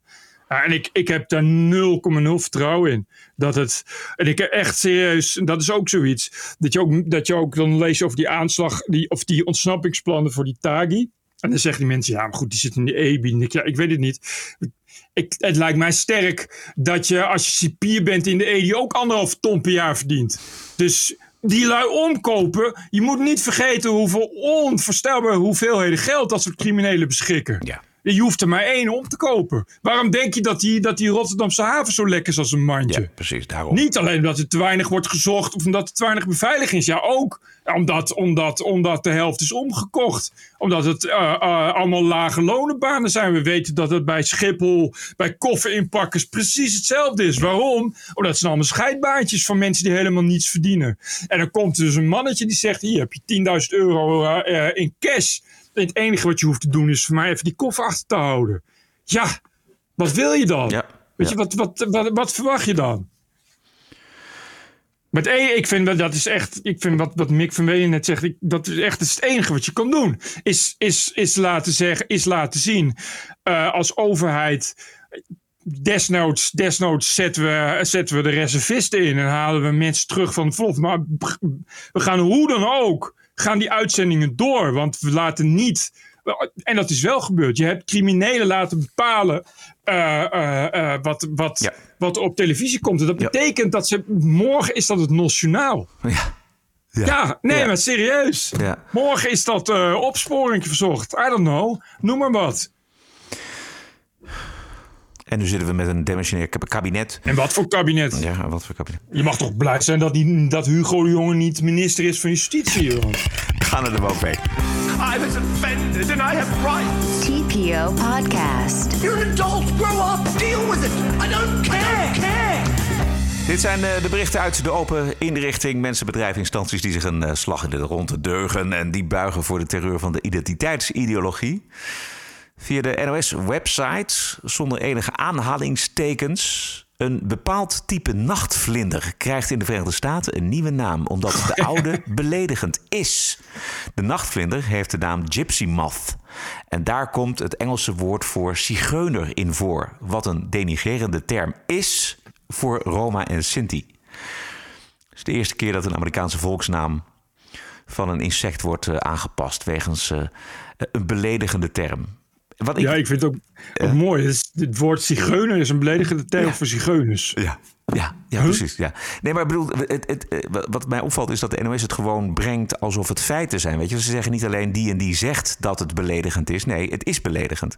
Ja, en ik, ik heb daar nul komma nul vertrouwen in. Dat het, en ik heb echt serieus, dat is ook zoiets. Dat je ook, dat je ook dan leest over die aanslag, die, of die ontsnappingsplannen voor die Taghi. En dan zeggen die mensen, ja, maar goed, die zitten in de E B I. En ik, ja, ik weet het niet. Ik, het lijkt mij sterk dat je, als je cipier bent in de E B I, ook anderhalf ton per jaar verdient. Dus die lui omkopen. Je moet niet vergeten hoeveel onvoorstelbare hoeveelheden geld dat soort criminelen beschikken. Ja. Je hoeft er maar één om te kopen. Waarom denk je dat die, dat die Rotterdamse haven zo lekker is als een mandje? Ja, precies, daarom. Niet alleen omdat er te weinig wordt gezocht of omdat er te weinig beveiliging is. Ja, ook omdat, omdat, omdat de helft is omgekocht. Omdat het uh, uh, allemaal lage lonenbanen zijn. We weten dat het bij Schiphol, bij kofferinpakkers precies hetzelfde is. Waarom? Omdat het zijn allemaal scheidbaantjes van mensen die helemaal niets verdienen. En dan komt er dus een mannetje die zegt, hier heb je tienduizend euro uh, uh, in cash. En het enige wat je hoeft te doen is voor mij even die koffer achter te houden. Ja, wat wil je dan? Ja, Weet ja. je, wat, wat, wat, wat verwacht je dan? Maar het enige, ik vind dat, dat is echt, ik vind wat, wat Mick van Weyen net zegt, ik, dat is echt het enige wat je kan doen. Is, is, is laten zeggen, is laten zien uh, als overheid. Desnoods, desnoods zetten, we, zetten we de reservisten in en halen we mensen terug van het vlot. Maar we gaan hoe dan ook, gaan die uitzendingen door. Want we laten niet, en dat is wel gebeurd, je hebt criminelen laten bepalen uh, uh, uh, wat, wat, ja. wat er op televisie komt. En dat ja. betekent dat ze, morgen is dat het Nationaal. Ja. Ja, ja nee, ja. maar serieus. Ja. Morgen is dat uh, opsporing verzocht. I don't know, noem maar wat. En nu zitten we met een demissionair kabinet. En wat voor kabinet? Ja, wat voor kabinet? Je mag toch blij zijn dat, die, dat Hugo de Jonge niet minister is van Justitie. Hoor. We gaan er wel mee. I was offended and I have rights. T P O Podcast. You're an adult. Grow up. Deal with it. I don't care. I don't care. Dit zijn de berichten uit de open inrichting. Mensen, bedrijven, instanties die zich een slag in de ronde deugen. En die buigen voor de terreur van de identiteitsideologie. Via de N O S-website, zonder enige aanhalingstekens. Een bepaald type nachtvlinder krijgt in de Verenigde Staten een nieuwe naam, omdat de oude beledigend is. De nachtvlinder heeft de naam Gypsy Moth. En daar komt het Engelse woord voor zigeuner in voor, wat een denigrerende term is voor Roma en Sinti. Het is de eerste keer dat een Amerikaanse volksnaam van een insect wordt uh, aangepast wegens uh, een beledigende term. Wat ik, ja, ik vind het ook, ook uh, mooi. Het, het woord zigeuner is een beledigende term ja. voor zigeuners. Ja, ja, ja huh? precies. Ja. Nee, maar ik bedoel, het, het, het, wat mij opvalt is dat de N O S het gewoon brengt alsof het feiten zijn. Weet je? Ze zeggen niet alleen die en die zegt dat het beledigend is. Nee, het is beledigend.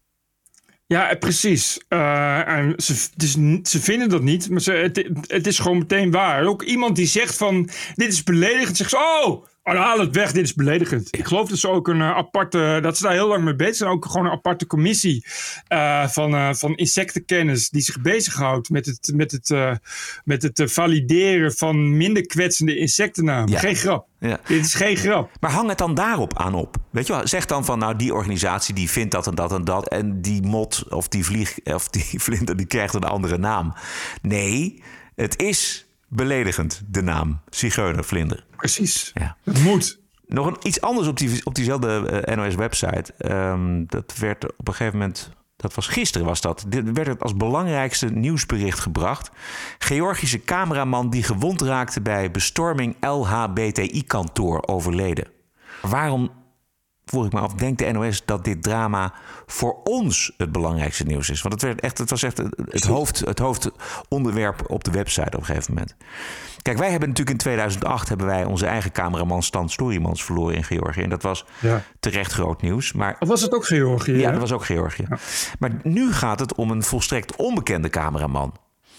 Ja, precies. Uh, en ze, dus, ze vinden dat niet, maar ze, het, het is gewoon meteen waar. Ook iemand die zegt van, dit is beledigend, zegt ze, oh... Oh, haal het weg, dit is beledigend. Ik geloof dat ze ook een uh, aparte, dat ze daar heel lang mee bezig zijn. Ook gewoon een aparte commissie uh, van, uh, van insectenkennis die zich bezighoudt met het, met het, uh, met het uh, valideren van minder kwetsende insectennamen. Ja. Geen grap. Ja. Dit is geen grap. Maar hang het dan daarop aan op. Weet je wel, zeg dan van nou die organisatie die vindt dat en dat en dat. En die mot of die vlieg of die vlinder die krijgt een andere naam. Nee, het is beledigend, de naam zigeunervlinder. Precies, ja. Dat moet. Nog een, iets anders op, die, op diezelfde uh, N O S-website. Um, dat werd op een gegeven moment, dat was gisteren was dat, dit werd het als belangrijkste nieuwsbericht gebracht. Georgische cameraman die gewond raakte bij bestorming L H B T I-kantoor overleden. Waarom, vroeg ik me af, denkt de N O S dat dit drama voor ons het belangrijkste nieuws is? Want het, werd echt, het was echt het, hoofd, het hoofdonderwerp op de website op een gegeven moment. Kijk, wij hebben natuurlijk in tweeduizend acht hebben wij onze eigen cameraman Stan Storymans verloren in Georgië. En dat was ja. terecht groot nieuws. Maar of was het ook Georgië? Ja, hè? dat was ook Georgië. Ja. Maar nu gaat het om een volstrekt onbekende cameraman.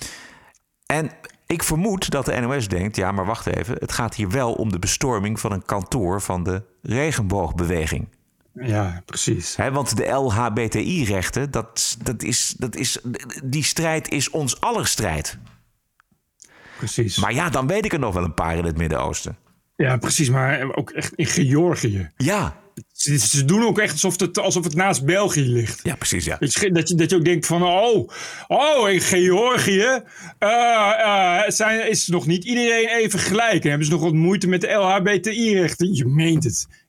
En ik vermoed dat de N O S denkt, ja, maar wacht even. Het gaat hier wel om de bestorming van een kantoor van de regenboogbeweging. Ja, precies. He, want de L H B T I-rechten, dat, dat is, dat is, die strijd is ons aller strijd. Precies. Maar ja, dan weet ik er nog wel een paar in het Midden-Oosten. Ja, precies. Maar ook echt in Georgië. Ja. Ze, ze doen ook echt alsof het, alsof het naast België ligt. Ja, precies, ja. Dat je, dat je, dat je ook denkt van, oh, oh in Georgië uh, uh, zijn, is nog niet iedereen even gelijk. En hebben ze nog wat moeite met de L H B T I-rechten? Je meent het.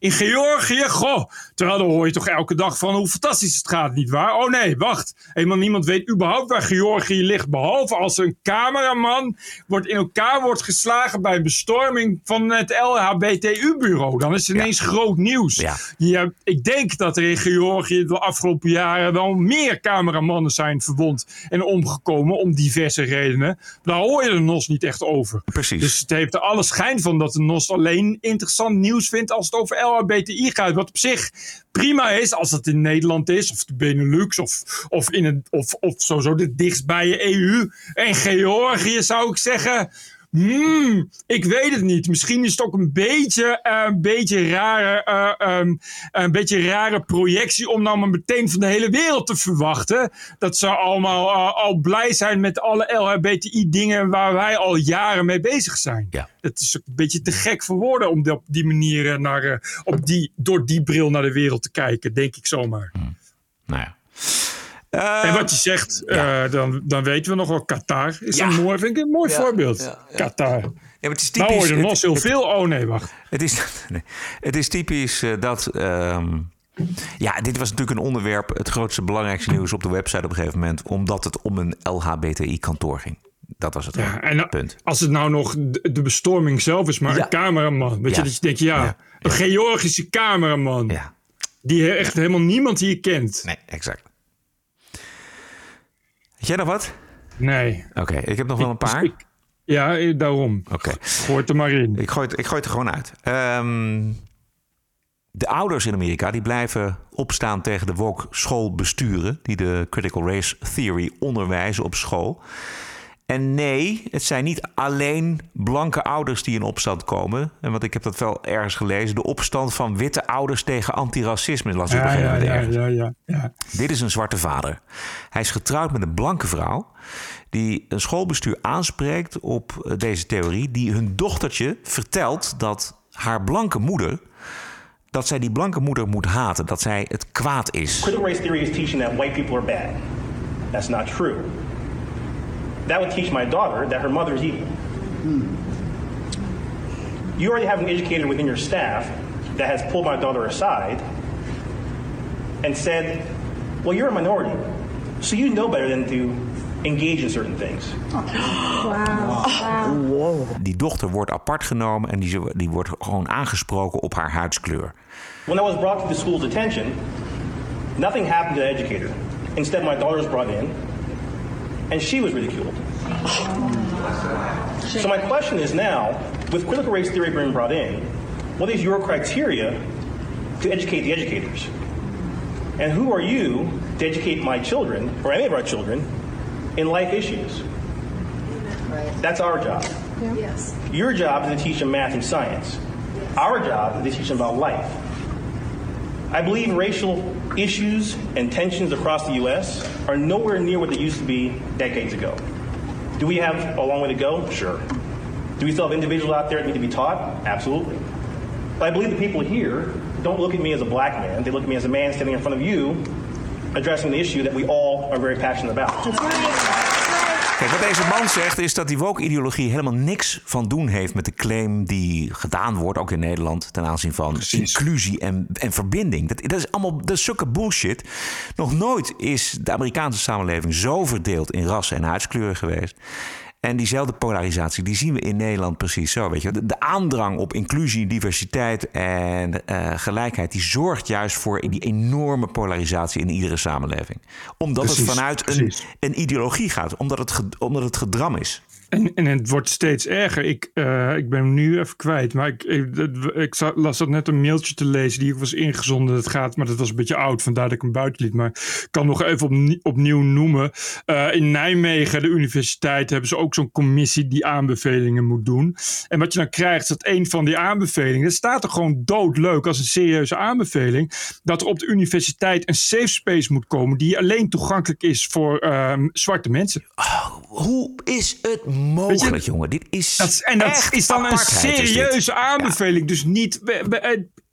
in Georgië, goh. Terwijl dan hoor je toch elke dag van hoe fantastisch het gaat, nietwaar? Oh nee, wacht. Helemaal niemand weet überhaupt waar Georgië ligt. Behalve als een cameraman wordt in elkaar wordt geslagen bij een bestorming van het L H B T U-bureau. Dan is het ineens ja. groot nieuws. Ja. Ja, ik denk dat er in Georgië de afgelopen jaren wel meer cameramannen zijn verwond en omgekomen om diverse redenen. Daar hoor je de N O S niet echt over. Precies. Dus het heeft er alle schijn van dat de N O S alleen interessant nieuws vindt als het over L H B T I gaat. Wat op zich prima is als het in Nederland is, of de Benelux, of, of, in het, of, of sowieso de dichtstbije E U. En Georgië zou ik zeggen, Hmm, ik weet het niet. Misschien is het ook een beetje uh, een beetje rare, uh, um, een beetje rare projectie om nou maar meteen van de hele wereld te verwachten. Dat ze allemaal uh, al blij zijn met alle L H B T I dingen waar wij al jaren mee bezig zijn. Ja. Het is ook een beetje te gek voor woorden om op die manier naar, uh, op die, door die bril naar de wereld te kijken, denk ik zomaar. Hmm. Nou ja. Uh, en wat je zegt, ja. uh, dan, dan weten we nog wel. Qatar is ja. een mooi, vind ik een mooi ja. voorbeeld. Ja. Ja. Qatar. Ja, maar het is typisch, nou hoor je er nog heel het, veel. Oh nee, wacht. Het is, nee, het is typisch uh, dat... Um, ja, dit was natuurlijk een onderwerp, het grootste, belangrijkste nieuws op de website op een gegeven moment, omdat het om een L H B T I-kantoor ging. Dat was het ja, en punt. Als het nou nog de, de bestorming zelf is, maar ja. een cameraman. Weet ja. je, dat je denkt, ja, ja. een ja. Georgische cameraman. Ja. Die echt ja. helemaal niemand hier kent. Nee, exact. Heb jij nog wat? Nee. Oké, okay, ik heb nog wel een paar. Ik, ja, daarom. Oké. Okay. Gooi het er maar in. Ik gooi het, ik gooi het er gewoon uit. Um, de ouders in Amerika die blijven opstaan tegen de woke schoolbesturen die de critical race theory onderwijzen op school. En nee, het zijn niet alleen blanke ouders die in opstand komen. En want ik heb dat wel ergens gelezen. De opstand van witte ouders tegen antiracisme las ik op een gegeven moment ergens. Ja, ja, ja, ja. Dit is een zwarte vader. Hij is getrouwd met een blanke vrouw die een schoolbestuur aanspreekt op deze theorie. Die hun dochtertje vertelt dat haar blanke moeder, dat zij die blanke moeder moet haten. Dat zij het kwaad is. Critical race theory is teaching that white people are bad. That's not true. That would teach my daughter that her mother is evil. Hmm. You already have an educator within your staff that has pulled my daughter aside and said, well, you're a minority, so you know better than to engage in certain things. Wow. Wow. Wow. Die dochter wordt apart genomen en die, die wordt gewoon aangesproken op haar huidskleur. When I was brought to the school's attention, nothing happened to the educator. Instead, my daughter was brought in and she was ridiculed. So my question is now, with critical race theory being brought in, what is your criteria to educate the educators? And who are you to educate my children, or any of our children, in life issues? That's our job. Yes. Your job is to teach them math and science. Our job is to teach them about life. I believe racial issues and tensions across the U S are nowhere near what they used to be decades ago. Do we have a long way to go? Sure. Do we still have individuals out there that need to be taught? Absolutely. But I believe the people here don't look at me as a black man. They look at me as a man standing in front of you addressing an issue that we all are very passionate about. That's right. Kijk, wat deze man zegt is dat die woke-ideologie helemaal niks van doen heeft met de claim die gedaan wordt, ook in Nederland, ten aanzien van Precies. inclusie en, en verbinding. Dat, dat is allemaal dat is zulke bullshit. Nog nooit is de Amerikaanse samenleving zo verdeeld in rassen en huidskleuren geweest. En diezelfde polarisatie, die zien we in Nederland precies zo. Weet je. De, de aandrang op inclusie, diversiteit en uh, gelijkheid, die zorgt juist voor die enorme polarisatie in iedere samenleving. Omdat precies, het vanuit een, een ideologie gaat, omdat het, omdat het gedram is. En, en het wordt steeds erger. Ik, uh, ik ben hem nu even kwijt. Maar ik, ik, ik las dat net een mailtje te lezen die ik was ingezonden. Dat gaat, maar dat was een beetje oud. Vandaar dat ik hem buiten liet. Maar ik kan nog even opnie- opnieuw noemen. Uh, in Nijmegen, de universiteit, hebben ze ook zo'n commissie die aanbevelingen moet doen. En wat je dan krijgt, is dat een van die aanbevelingen, dat staat er gewoon doodleuk als een serieuze aanbeveling, dat er op de universiteit een safe space moet komen die alleen toegankelijk is voor uh, zwarte mensen. Oh, hoe is het mogelijk, je, jongen? Dit is dat, En dat echt is dan een serieuze is aanbeveling. Ja. Dus niet... We, we,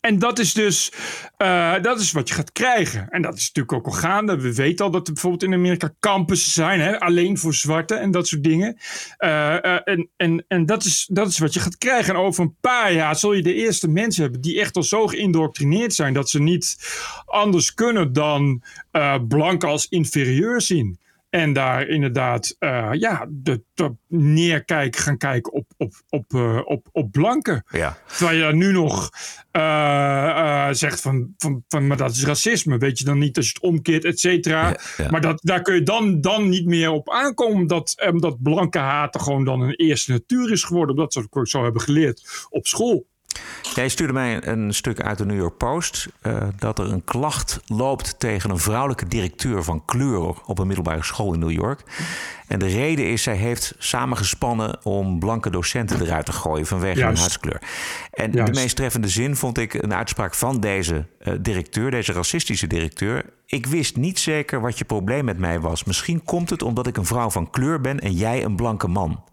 en dat is dus uh, dat is wat je gaat krijgen. En dat is natuurlijk ook al gaande. We weten al dat er bijvoorbeeld in Amerika campussen zijn, hè, alleen voor zwarten en dat soort dingen. Uh, uh, en en, en dat, is, dat is wat je gaat krijgen. En over een paar jaar zul je de eerste mensen hebben die echt al zo geïndoctrineerd zijn dat ze niet anders kunnen dan uh, blanken als inferieur zien. En daar inderdaad uh, ja, de, de neerkijken gaan kijken op, op, op, uh, op, op blanken. Ja. Terwijl je nu nog uh, uh, zegt van, van, van maar dat is racisme. Weet je dan niet als je het omkeert, et cetera. Ja, ja. Maar dat, daar kun je dan, dan niet meer op aankomen. Omdat, omdat blanke haten gewoon dan een eerste natuur is geworden. Omdat ze het ook zo hebben geleerd op school. Jij stuurde mij een stuk uit de New York Post uh, dat er een klacht loopt tegen een vrouwelijke directeur van kleur op een middelbare school in New York. En de reden is, zij heeft samengespannen om blanke docenten eruit te gooien vanwege Juist. hun huidskleur. En Juist. de meest treffende zin vond ik een uitspraak van deze uh, directeur, deze racistische directeur. Ik wist niet zeker wat je probleem met mij was. Misschien komt het omdat ik een vrouw van kleur ben en jij een blanke man.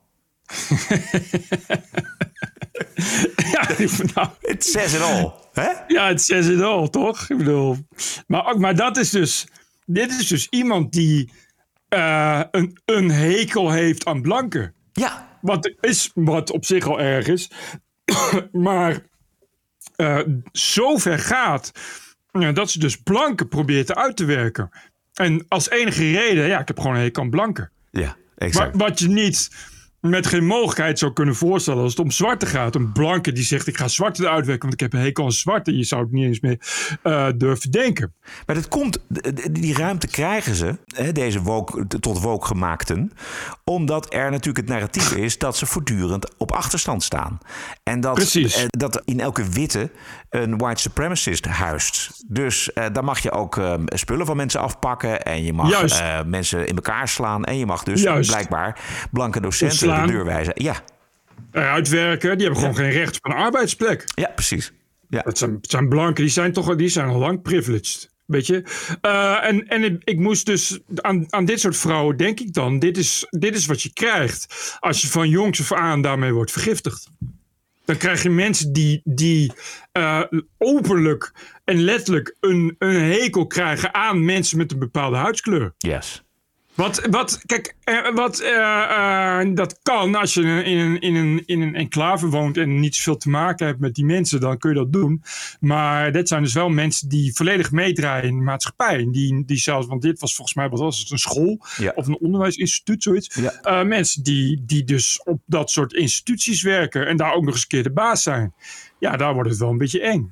Ja, nou, it says it all. Hè? Ja, it says it all, toch? Ik bedoel, maar, ook, maar dat is dus, dit is dus iemand die uh, een, een hekel heeft aan blanken. Ja. Wat, is, wat op zich al erg is. Maar uh, zo ver gaat uh, dat ze dus blanken probeert uit te werken. En als enige reden, ja, ik heb gewoon een hekel aan blanken. Ja, exact. Wat, wat je niet met geen mogelijkheid zou kunnen voorstellen als het om zwarte gaat. Een blanke die zegt ik ga zwarte eruit werken want ik heb een hekel aan zwarte. Je zou het niet eens meer uh, durven denken. Maar dat komt, die ruimte krijgen ze, deze woke, tot woke gemaakten, omdat er natuurlijk het narratief is dat ze voortdurend op achterstand staan. En dat, Precies. dat in elke witte een white supremacist huist. Dus uh, dan mag je ook uh, spullen van mensen afpakken en je mag uh, mensen in elkaar slaan en je mag dus Juist. blijkbaar blanke docenten de deur wijzen. Ja. Uitwerken, die hebben gewoon ja. geen recht op een arbeidsplek. Ja, precies. Ja. Dat zijn, het zijn blanken, die zijn toch die zijn al lang privileged. Weet je? Uh, en en ik, ik moest dus aan, aan dit soort vrouwen denk ik dan, dit is, dit is wat je krijgt als je van jongs af aan daarmee wordt vergiftigd. Dan krijg je mensen die, die uh, openlijk en letterlijk een, een hekel krijgen aan mensen met een bepaalde huidskleur. Yes. Wat, wat, kijk, uh, wat, uh, uh, dat kan als je in een, in, een, in een enclave woont en niet zoveel te maken hebt met die mensen, dan kun je dat doen. Maar dit zijn dus wel mensen die volledig meedraaien in de maatschappij. Die, die zelfs, want dit was volgens mij, wat was het, een school ja. of een onderwijsinstituut, zoiets. Ja. Uh, mensen die, die dus op dat soort instituties werken en daar ook nog eens een keer de baas zijn. Ja, daar wordt het wel een beetje eng.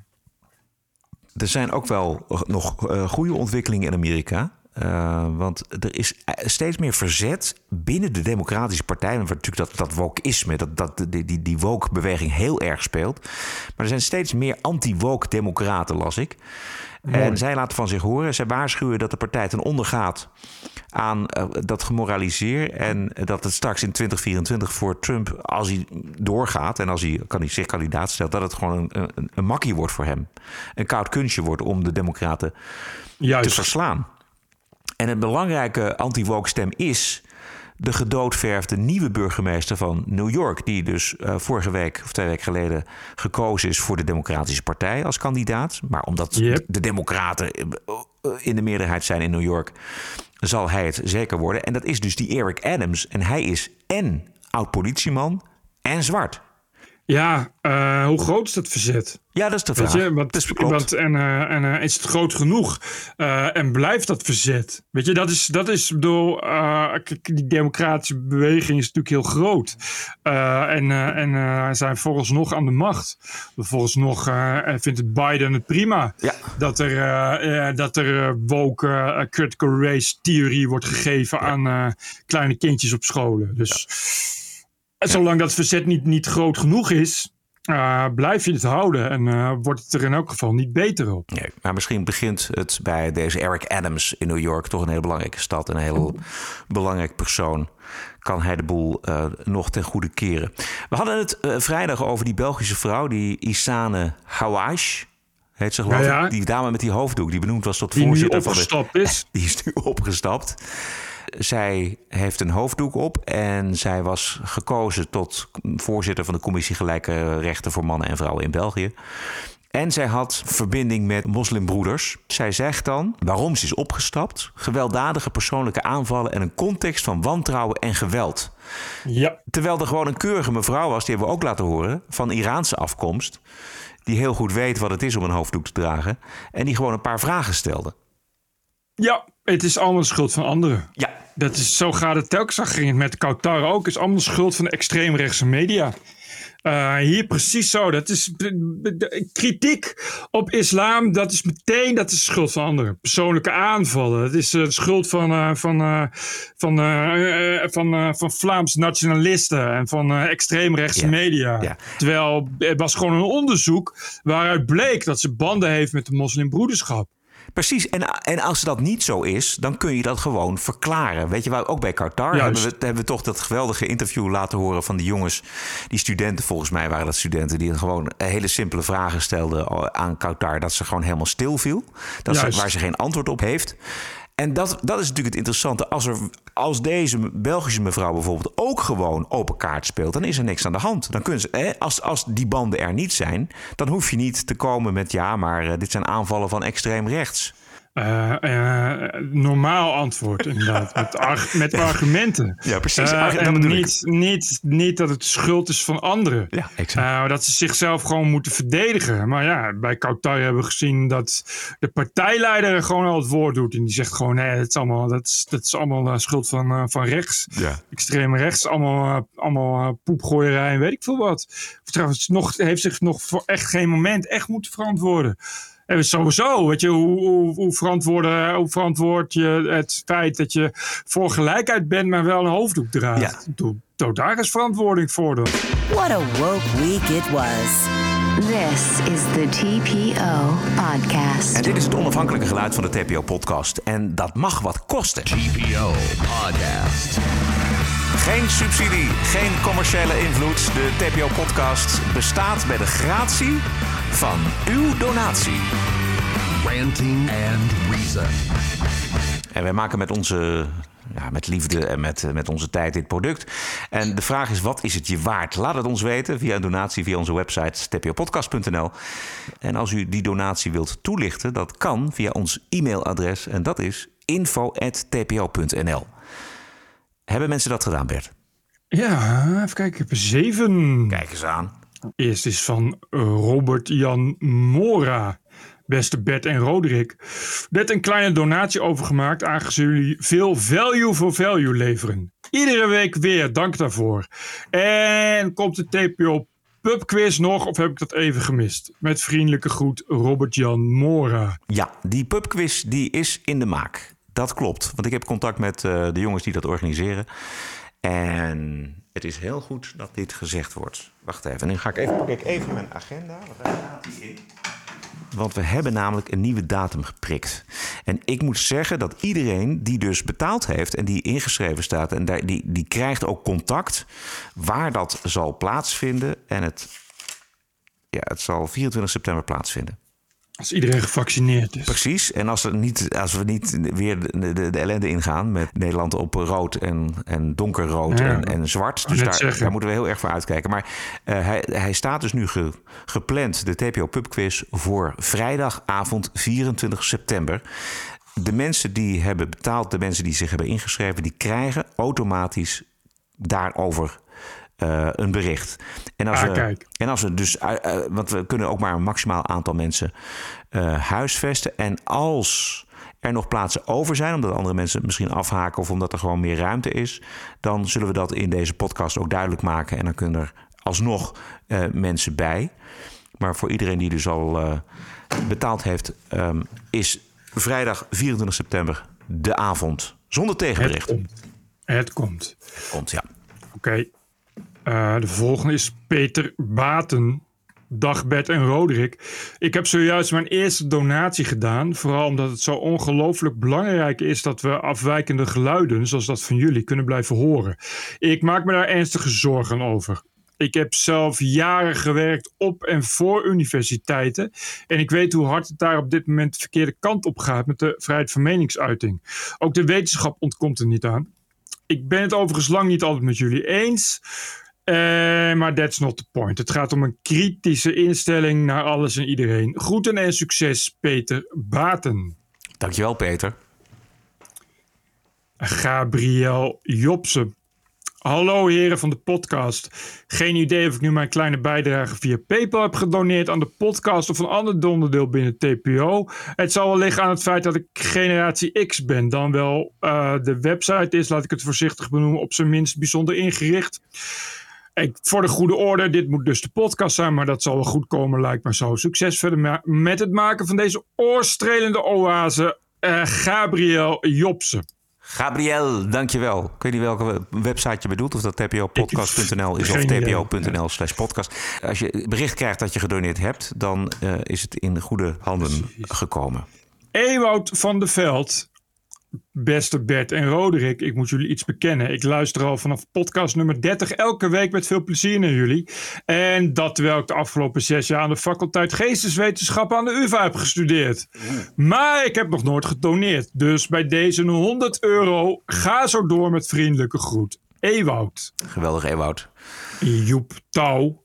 Er zijn ook wel nog uh, goede ontwikkelingen in Amerika. Uh, want er is steeds meer verzet binnen de Democratische Partij. En natuurlijk dat, dat wokeisme, dat, dat die, die, die woke-beweging heel erg speelt. Maar er zijn steeds meer anti-woke-democraten, las ik. Mooi. En zij laten van zich horen. Zij waarschuwen dat de partij ten onder gaat aan uh, dat gemoraliseer. En dat het straks in twintig vierentwintig voor Trump, als hij doorgaat en als hij, kan hij zich kandidaat stelt, dat het gewoon een, een, een makkie wordt voor hem. Een koud kunstje wordt om de Democraten Juist. te verslaan. En een belangrijke anti-woke stem is de gedoodverfde nieuwe burgemeester van New York, die dus uh, vorige week of twee weken geleden gekozen is voor de Democratische Partij als kandidaat. Maar omdat yep. de Democraten in de meerderheid zijn in New York, zal hij het zeker worden. En dat is dus die Eric Adams. En hij is en oud-politieman en zwart. Ja, uh, hoe groot is dat verzet? Ja, dat is de vraag. Weet je, want, dat is want, en uh, en uh, is het groot genoeg? Uh, en blijft dat verzet? Weet je, dat is, dat is bedoel, uh, die democratische beweging is natuurlijk heel groot. Uh, en uh, en uh, zijn vooralsnog aan de macht. Vooralsnog uh, vindt het Biden het prima ja. dat er, uh, uh, dat er uh, woke uh, critical race theorie wordt gegeven ja. aan uh, kleine kindjes op scholen. Dus ja. En zolang dat verzet niet, niet groot genoeg is, uh, blijf je het houden. En uh, wordt het er in elk geval niet beter op. Nee, maar misschien begint het bij deze Eric Adams in New York. Toch een hele belangrijke stad, een heel belangrijk persoon. Kan hij de boel uh, nog ten goede keren. We hadden het uh, vrijdag over die Belgische vrouw, die Isane Hawaash. Heet ze geloof ik. Ja, ja. Die dame met die hoofddoek, die benoemd was tot die voorzitter nu opgestapt van de... is. Die is nu opgestapt. Zij heeft een hoofddoek op en zij was gekozen tot voorzitter van de Commissie Gelijke Rechten voor Mannen en Vrouwen in België. En zij had verbinding met moslimbroeders. Zij zegt dan waarom ze is opgestapt. Gewelddadige persoonlijke aanvallen en een context van wantrouwen en geweld. Ja. Terwijl er gewoon een keurige mevrouw was, die hebben we ook laten horen, van Iraanse afkomst. Die heel goed weet wat het is om een hoofddoek te dragen. En die gewoon een paar vragen stelde. Ja, het is allemaal de schuld van anderen. Ja. Dat is, zo gaat het telkens. Zag ging het met Qatar ook. Het is allemaal de schuld van de extreemrechtse media. Uh, hier precies zo. Dat is kritiek op islam. Dat is meteen dat is de schuld van anderen. Persoonlijke aanvallen. Dat is uh, de schuld van, uh, van, uh, van, uh, uh, van, uh, van Vlaams nationalisten en van uh, extreemrechtse ja. media. Ja. Terwijl het was gewoon een onderzoek waaruit bleek dat ze banden heeft met de moslimbroederschap. Precies, en, en als dat niet zo is, dan kun je dat gewoon verklaren. Weet je waar, ook bij Qatar hebben we, hebben we toch dat geweldige interview laten horen van die jongens, die studenten, volgens mij waren dat studenten, die gewoon hele simpele vragen stelden aan Qatar, dat ze gewoon helemaal stil viel. Dat ze, waar ze geen antwoord op heeft. En dat, dat is natuurlijk het interessante. Als, er, als deze Belgische mevrouw bijvoorbeeld ook gewoon open kaart speelt, dan is er niks aan de hand. Dan kunnen ze, hè, als, als die banden er niet zijn, dan hoef je niet te komen met ja, maar uh, dit zijn aanvallen van extreem rechts. Uh, uh, normaal antwoord, inderdaad. Met, arg- met argumenten. Ja, precies. Uh, Arg- en niet, niet, niet dat het schuld is van anderen. Ja, exact. Uh, dat ze zichzelf gewoon moeten verdedigen. Maar ja, bij Qatar hebben we gezien dat de partijleider gewoon al het woord doet. En die zegt gewoon, nee, dat is allemaal, dat is, dat is allemaal uh, schuld van, uh, van rechts. Ja. Extreme rechts. Allemaal, uh, allemaal uh, poepgooierij en weet ik veel wat. Trouwens, nog, heeft zich nog voor echt geen moment echt moeten verantwoorden. En sowieso, weet je, hoe, hoe, hoe, verantwoord, hoe verantwoord je het feit dat je voor gelijkheid bent, maar wel een hoofddoek draagt? Ja. Doe, doe daar eens verantwoording voor dan. What a woke week it was. This is the T P O podcast. En dit is het onafhankelijke geluid van de T P O podcast. En dat mag wat kosten. T P O podcast. Geen subsidie, geen commerciële invloed. De T P O podcast bestaat bij de gratie van uw donatie. Ranting and Reason. En wij maken met onze, ja, met liefde en met, met onze tijd dit product. En de vraag is, wat is het je waard? Laat het ons weten via een donatie via onze website t p o podcast punt n l. En als u die donatie wilt toelichten, dat kan via ons e-mailadres. En dat is info at t p o punt n l. Hebben mensen dat gedaan, Bert? Ja, even kijken. Ik heb er zeven. Kijk eens aan. Eerst is van Robert-Jan Mora. Beste Bert en Roderick. Net een kleine donatie overgemaakt, aangezien jullie veel value for value leveren. Iedere week weer, dank daarvoor. En komt de T P O pubquiz nog, of heb ik dat even gemist? Met vriendelijke groet, Robert-Jan Mora. Ja, die pubquiz die is in de maak. Dat klopt, want ik heb contact met uh, de jongens die dat organiseren. En het is heel goed dat dit gezegd wordt. Wacht even, nu ga ik even, pak ik even mijn agenda. Waar staat die in? Want we hebben namelijk een nieuwe datum geprikt. En ik moet zeggen dat iedereen die dus betaald heeft en die ingeschreven staat, en daar, die, die krijgt ook contact waar dat zal plaatsvinden. En het, ja, het zal vierentwintig september plaatsvinden. Als iedereen gevaccineerd is. Precies. En als, er niet, als we niet weer de, de, de ellende ingaan met Nederland op rood en, en donkerrood ja, en, en zwart. Dus daar, daar moeten we heel erg voor uitkijken. Maar uh, hij, hij staat dus nu ge, gepland, de T P O pubquiz, voor vrijdagavond vierentwintig september. De mensen die hebben betaald, de mensen die zich hebben ingeschreven, die krijgen automatisch daarover Uh, een bericht. En als, ah, we, kijk. en als we dus, uh, uh, want we kunnen ook maar een maximaal aantal mensen uh, huisvesten. En als er nog plaatsen over zijn, omdat andere mensen misschien afhaken of omdat er gewoon meer ruimte is, dan zullen we dat in deze podcast ook duidelijk maken. En dan kunnen er alsnog uh, mensen bij. Maar voor iedereen die dus al uh, betaald heeft, um, is vrijdag vierentwintig september de avond zonder tegenbericht. Het komt. Het komt. Komt, ja. Oké. Okay. Uh, de volgende is Peter Baten. Dag Bert en Roderick. Ik heb zojuist mijn eerste donatie gedaan. Vooral omdat het zo ongelooflijk belangrijk is dat we afwijkende geluiden, zoals dat van jullie, kunnen blijven horen. Ik maak me daar ernstige zorgen over. Ik heb zelf jaren gewerkt op en voor universiteiten. En ik weet hoe hard het daar op dit moment de verkeerde kant op gaat met de vrijheid van meningsuiting. Ook de wetenschap ontkomt er niet aan. Ik ben het overigens lang niet altijd met jullie eens. Uh, maar that's not the point. Het gaat om een kritische instelling naar alles en iedereen. Groeten en succes, Peter Baten. Dankjewel, Peter. Gabriel Jobsen. Hallo heren van de podcast. Geen idee of ik nu mijn kleine bijdrage via PayPal heb gedoneerd aan de podcast of een ander onderdeel binnen T P O. Het zal wel liggen aan het feit dat ik generatie X ben. Dan wel uh, de website is, laat ik het voorzichtig benoemen, op zijn minst bijzonder ingericht. Ik, voor de goede orde, dit moet dus de podcast zijn, maar dat zal wel goed komen, lijkt me zo. Succes verder ma- met het maken van deze oorstrelende oase. Uh, Gabriel Jobsen. Gabriel, dankjewel. Ik weet niet welke website je bedoelt, of dat t p o podcast punt n l is of t p o punt n l slash podcast. Als je bericht krijgt dat je gedoneerd hebt, dan uh, is het in goede handen gekomen. Ewout van der Veld. Beste Bert en Roderick, ik moet jullie iets bekennen. Ik luister al vanaf podcast nummer dertig elke week met veel plezier naar jullie. En dat terwijl ik de afgelopen zes jaar aan de faculteit Geesteswetenschappen aan de U vA heb gestudeerd. Maar ik heb nog nooit gedoneerd. Dus bij deze honderd euro, ga zo door met vriendelijke groet. Ewout. Geweldig, Ewout. Joep Touw.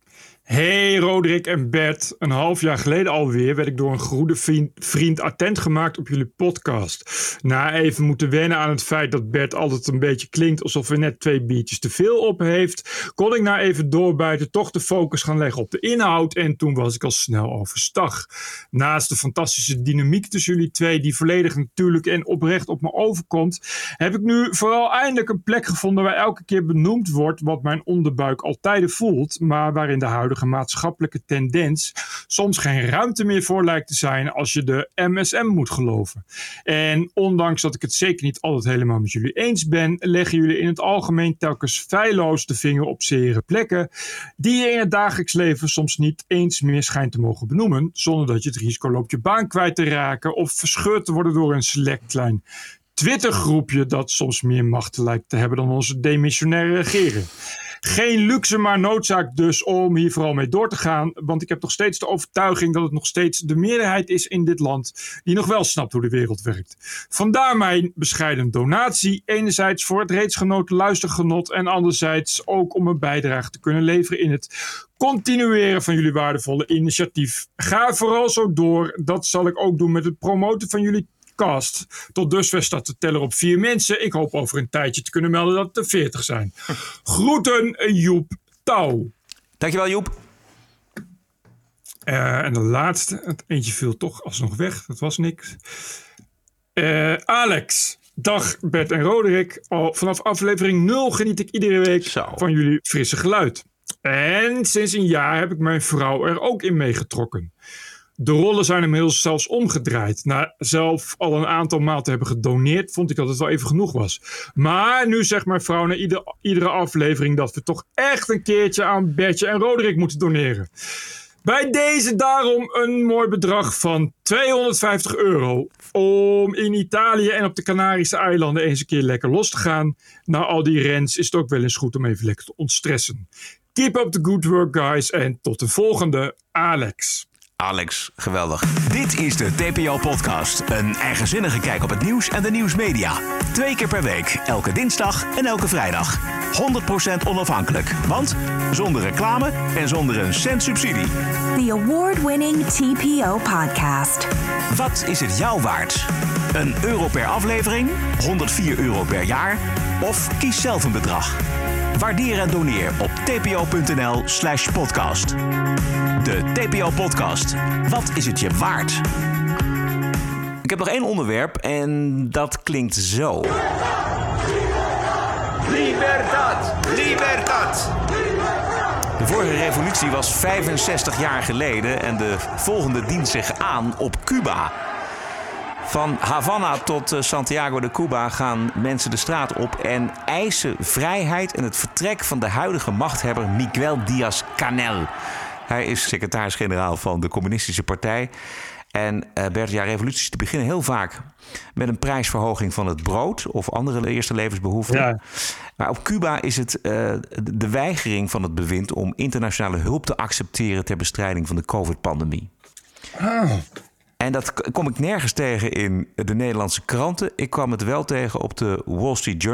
Hey Roderick en Bert, een half jaar geleden alweer werd ik door een goede vriend, vriend attent gemaakt op jullie podcast. Na even moeten wennen aan het feit dat Bert altijd een beetje klinkt alsof hij net twee biertjes te veel op heeft, kon ik na even doorbijten toch de focus gaan leggen op de inhoud en toen was ik al snel overstag. Naast de fantastische dynamiek tussen jullie twee die volledig natuurlijk en oprecht op me overkomt, heb ik nu vooral eindelijk een plek gevonden waar elke keer benoemd wordt wat mijn onderbuik altijd voelt, maar waarin de huidige maatschappelijke tendens soms geen ruimte meer voor lijkt te zijn als je de M S M moet geloven. En ondanks dat ik het zeker niet altijd helemaal met jullie eens ben, leggen jullie in het algemeen telkens feilloos de vinger op zere plekken die je in het dagelijks leven soms niet eens meer schijnt te mogen benoemen, zonder dat je het risico loopt je baan kwijt te raken of verscheurd te worden door een select klein Twittergroepje dat soms meer macht lijkt te hebben dan onze demissionaire regering. Geen luxe, maar noodzaak dus om hier vooral mee door te gaan. Want ik heb nog steeds de overtuiging dat het nog steeds de meerderheid is in dit land die nog wel snapt hoe de wereld werkt. Vandaar mijn bescheiden donatie. Enerzijds voor het reeds genoten luistergenot en anderzijds ook om een bijdrage te kunnen leveren in het continueren van jullie waardevolle initiatief. Ga vooral zo door. Dat zal ik ook doen met het promoten van jullie cast. Tot dusver staat de teller op vier mensen. Ik hoop over een tijdje te kunnen melden dat het er veertig zijn. Groeten, Joep Touw. Dankjewel, Joep. Uh, en de laatste. Het eentje viel toch alsnog weg. Dat was niks. Uh, Alex. Dag Bert en Roderick. Al vanaf aflevering nul geniet ik iedere week Zo. van jullie frisse geluid. En sinds een jaar heb ik mijn vrouw er ook in meegetrokken. De rollen zijn inmiddels zelfs omgedraaid. Na zelf al een aantal maal te hebben gedoneerd, vond ik dat het wel even genoeg was. Maar nu zegt mijn vrouw na ieder, iedere aflevering dat we toch echt een keertje aan Bertje en Roderick moeten doneren. Bij deze daarom een mooi bedrag van tweehonderdvijftig euro. Om in Italië en op de Canarische eilanden eens een keer lekker los te gaan. Na al die rens is het ook wel eens goed om even lekker te ontstressen. Keep up the good work, guys. En tot de volgende, Alex. Alex, geweldig. Dit is de T P O-podcast. Een eigenzinnige kijk op het nieuws en de nieuwsmedia. Twee keer per week, elke dinsdag en elke vrijdag. honderd procent onafhankelijk, want zonder reclame en zonder een cent subsidie. The award-winning T P O-podcast. Wat is het jou waard? Een euro per aflevering? honderdvier euro per jaar? Of kies zelf een bedrag. Waardeer en doneer op tpo.nl slash podcast. De T P O-podcast. Wat is het je waard? Ik heb nog één onderwerp en dat klinkt zo. Libertad! Libertad! De vorige revolutie was vijfenzestig jaar geleden en de volgende dient zich aan op Cuba. Van Havana tot Santiago de Cuba gaan mensen de straat op en eisen vrijheid en het vertrek van de huidige machthebber Miguel Díaz-Canel. Hij is secretaris-generaal van de Communistische Partij. En uh, Bert, ja, revoluties die beginnen heel vaak met een prijsverhoging van het brood of andere eerste levensbehoeften. Ja. Maar op Cuba is het uh, de weigering van het bewind om internationale hulp te accepteren ter bestrijding van de COVID-pandemie. Oh. En dat kom ik nergens tegen in de Nederlandse kranten. Ik kwam het wel tegen op de Wall Street Journal.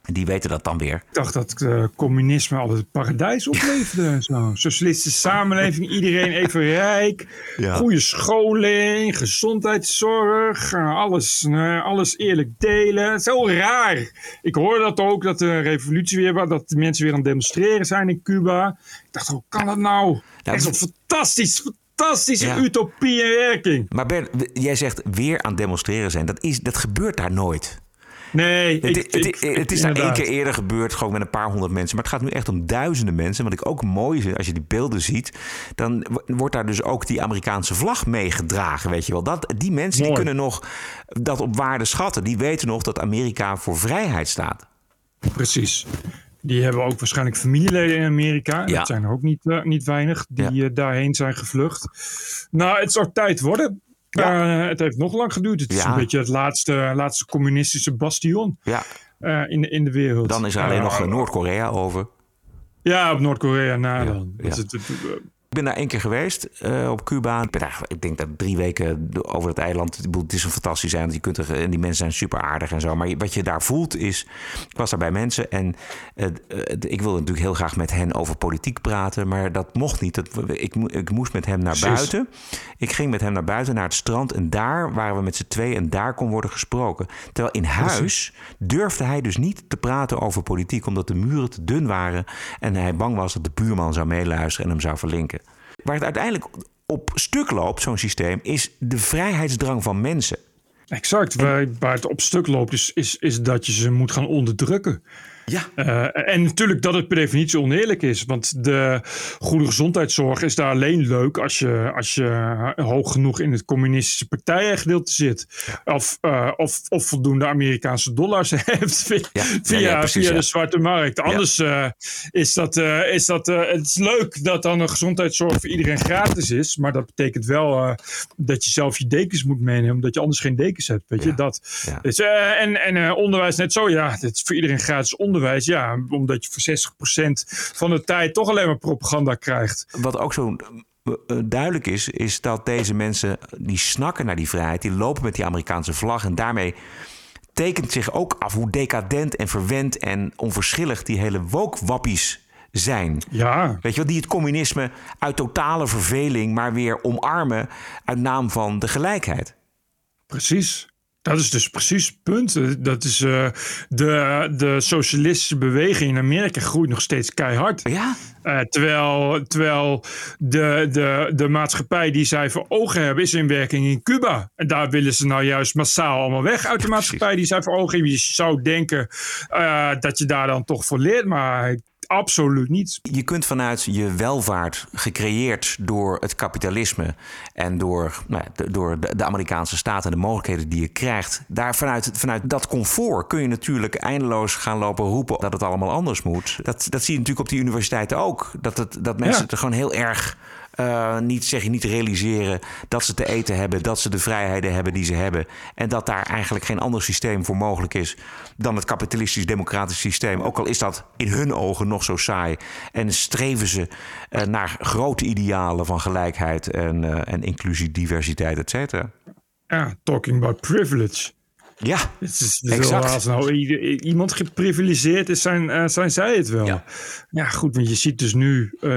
Die weten dat dan weer. Ik dacht dat uh, communisme altijd het paradijs opleverde en zo. Socialistische samenleving, iedereen even rijk. Ja. Goede scholing, gezondheidszorg. Uh, alles, uh, alles eerlijk delen. Zo raar. Ik hoorde dat ook, dat de revolutie weer was. Dat de mensen weer aan het demonstreren zijn in Cuba. Ik dacht, hoe kan dat nou? nou Echt zo fantastisch, fantastische ja. utopie in werking. Maar Bert, jij zegt weer aan het demonstreren zijn. Dat, is, dat gebeurt daar nooit. Nee, het, ik, het, ik, het, het is daar één keer eerder gebeurd, gewoon met een paar honderd mensen. Maar het gaat nu echt om duizenden mensen. Wat ik ook mooi vind, als je die beelden ziet, dan wordt daar dus ook die Amerikaanse vlag meegedragen, weet je wel. Dat, die mensen die kunnen nog dat op waarde schatten. Die weten nog dat Amerika voor vrijheid staat. Precies. Die hebben ook waarschijnlijk familieleden in Amerika. Ja. Dat zijn er ook niet, uh, niet weinig die ja. uh, daarheen zijn gevlucht. Nou, het zou tijd worden. Ja. Uh, het heeft nog lang geduurd. Het is ja. een beetje het laatste, laatste communistische bastion ja. uh, in, in de wereld. Dan is er alleen uh, nog Noord-Korea over. Ja, op Noord-Korea na ja. dan. Ja. Het, het, uh, ik ben daar één keer geweest uh, op Cuba. Ik, ben daar, ik denk dat drie weken over het eiland. Het is een fantastisch eiland. Je kunt er, en die mensen zijn super aardig en zo. Maar wat je daar voelt is. Ik was daar bij mensen en uh, uh, ik wilde natuurlijk heel graag met hen over politiek praten. Maar dat mocht niet. Dat, ik, ik moest met hem naar Precies. buiten. Ik ging met hem naar buiten, naar het strand. En daar waren we met z'n tweeën en daar kon worden gesproken. Terwijl in huis durfde hij dus niet te praten over politiek. Omdat de muren te dun waren. En hij bang was dat de buurman zou meeluisteren en hem zou verlinken. Waar het uiteindelijk op stuk loopt, zo'n systeem, is de vrijheidsdrang van mensen. Exact. En waar, waar het op stuk loopt, is, is, is dat je ze moet gaan onderdrukken. Ja. Uh, en natuurlijk dat het per definitie oneerlijk is. Want de goede gezondheidszorg is daar alleen leuk als je, als je hoog genoeg in het communistische partijengedeelte zit. Ja. Of, uh, of, of voldoende Amerikaanse dollars hebt via, ja. via, ja, ja, precies, via ja. de zwarte markt. Anders ja. uh, is dat, uh, is dat uh, het is leuk dat dan een gezondheidszorg voor iedereen gratis is. Maar dat betekent wel uh, dat je zelf je dekens moet meenemen. Omdat je anders geen dekens hebt. Weet je? Ja. Dat. Ja. Dus, uh, en en uh, onderwijs net zo. Ja, het is voor iedereen gratis onderwijs. Onderwijs, ja, omdat je voor zestig procent van de tijd toch alleen maar propaganda krijgt. Wat ook zo uh, duidelijk is, is dat deze mensen die snakken naar die vrijheid, die lopen met die Amerikaanse vlag en daarmee tekent zich ook af hoe decadent en verwend en onverschillig die hele woke-wappies zijn. Ja. Weet je wel, die het communisme uit totale verveling maar weer omarmen uit naam van de gelijkheid. Precies. Dat is dus precies het punt. Dat is uh, de, de socialistische beweging in Amerika groeit nog steeds keihard. Ja. Uh, terwijl terwijl de, de, de maatschappij die zij voor ogen hebben is in werking in Cuba. En daar willen ze nou juist massaal allemaal weg uit de maatschappij die zij voor ogen hebben. Je zou denken uh, dat je daar dan toch voor leert, maar absoluut niet. Je kunt vanuit je welvaart, gecreëerd door het kapitalisme en door, nou ja, de, door de, de Amerikaanse staat en de mogelijkheden die je krijgt, daar vanuit, vanuit dat comfort kun je natuurlijk eindeloos gaan lopen roepen dat het allemaal anders moet. Dat, dat zie je natuurlijk op die universiteiten ook. Dat, het, dat mensen ja. er gewoon heel erg Uh, niet, zeg je, niet realiseren dat ze te eten hebben, dat ze de vrijheden hebben die ze hebben. En dat daar eigenlijk geen ander systeem voor mogelijk is dan het kapitalistisch-democratisch systeem. Ook al is dat in hun ogen nog zo saai. En streven ze uh, naar grote idealen van gelijkheid en, uh, en inclusie, diversiteit, et cetera. Ja, talking about privilege. Ja, het is exact. Als nou iemand geprivilegeerd is, zijn, uh, zijn zij het wel. Ja. ja, goed, want je ziet dus nu uh,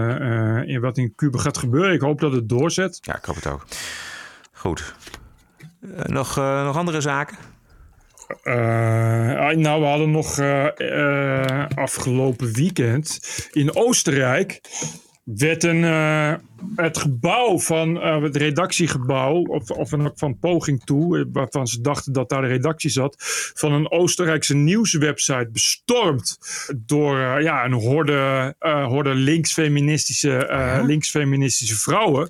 uh, in wat in Cuba gaat gebeuren. Ik hoop dat het doorzet. Ja, ik hoop het ook. Goed. Uh, nog, uh, nog andere zaken? Uh, nou, we hadden nog uh, uh, afgelopen weekend in Oostenrijk werd een, uh, het gebouw van uh, het redactiegebouw, of, of een, van poging toe, waarvan ze dachten dat daar de redactie zat, van een Oostenrijkse nieuwswebsite bestormd door uh, ja, een horde, uh, horde linksfeministische, uh, ja. linksfeministische vrouwen.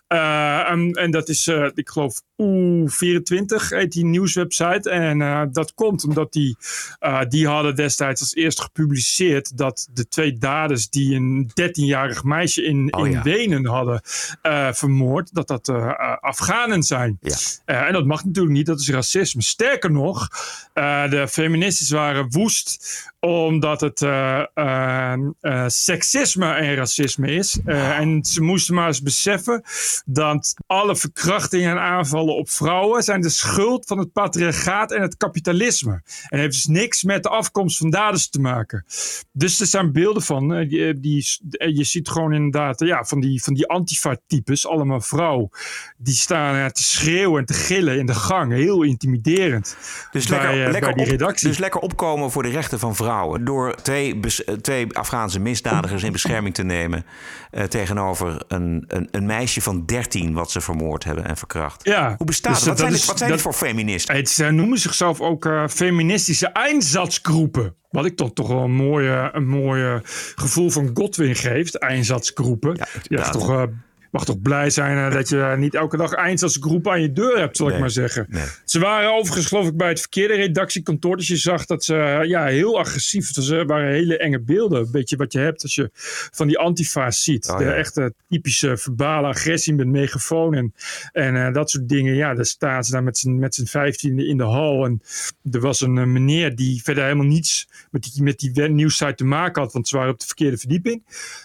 Uh, en, en dat is, uh, ik geloof, O vierentwintig heet die nieuwswebsite. En uh, dat komt omdat die, uh, die hadden destijds als eerste gepubliceerd dat de twee daders die een dertienjarig meisje in, oh, in ja. Wenen hadden uh, vermoord, dat dat uh, Afghanen zijn. Ja. Uh, en dat mag natuurlijk niet, dat is racisme. Sterker nog, uh, de feministes waren woest Omdat het uh, uh, uh, seksisme en racisme is. Uh, en ze moesten maar eens beseffen dat alle verkrachtingen en aanvallen op vrouwen zijn de schuld van het patriarchaat en het kapitalisme. En het heeft dus niks met de afkomst van daders te maken. Dus er zijn beelden van. Uh, die, die, je ziet gewoon inderdaad ja, van die, van die antifa-types, allemaal vrouwen. Die staan uh, te schreeuwen en te gillen in de gang. Heel intimiderend. Dus bij, lekker, uh, lekker, bij die redactie. op, dus lekker opkomen voor de rechten van vrouwen. Door twee, bes, twee Afghaanse misdadigers in bescherming te nemen. Uh, tegenover een, een, een meisje van dertien wat ze vermoord hebben en verkracht. Ja, Hoe bestaat dus het? Wat dat zijn, is, dit, wat zijn dat, dit voor feministen? Het noemen zichzelf ook uh, feministische einsatzgroepen. Wat ik toch, toch wel een mooie, een mooie gevoel van Godwin geeft. Einsatzgroepen. Ja, je mag toch, uh, mag toch blij zijn uh, dat je niet elke dag einsatzgroepen aan je deur hebt, zal nee, ik maar zeggen. Nee. Ze waren overigens geloof ik bij het verkeerde redactiekantoor. Dus je zag dat ze uh, ja, heel agressief. Ze waren hele enge beelden. Een beetje wat je hebt als je van die antifa's ziet. Oh, de ja. echte typische verbale agressie met megafoon en, en uh, dat soort dingen. Ja, daar staan ze daar met z'n, met z'n vijftiende in de hal. En er was een uh, meneer die verder helemaal niets met die, met die nieuwssite te maken had. Want ze waren op de verkeerde verdieping.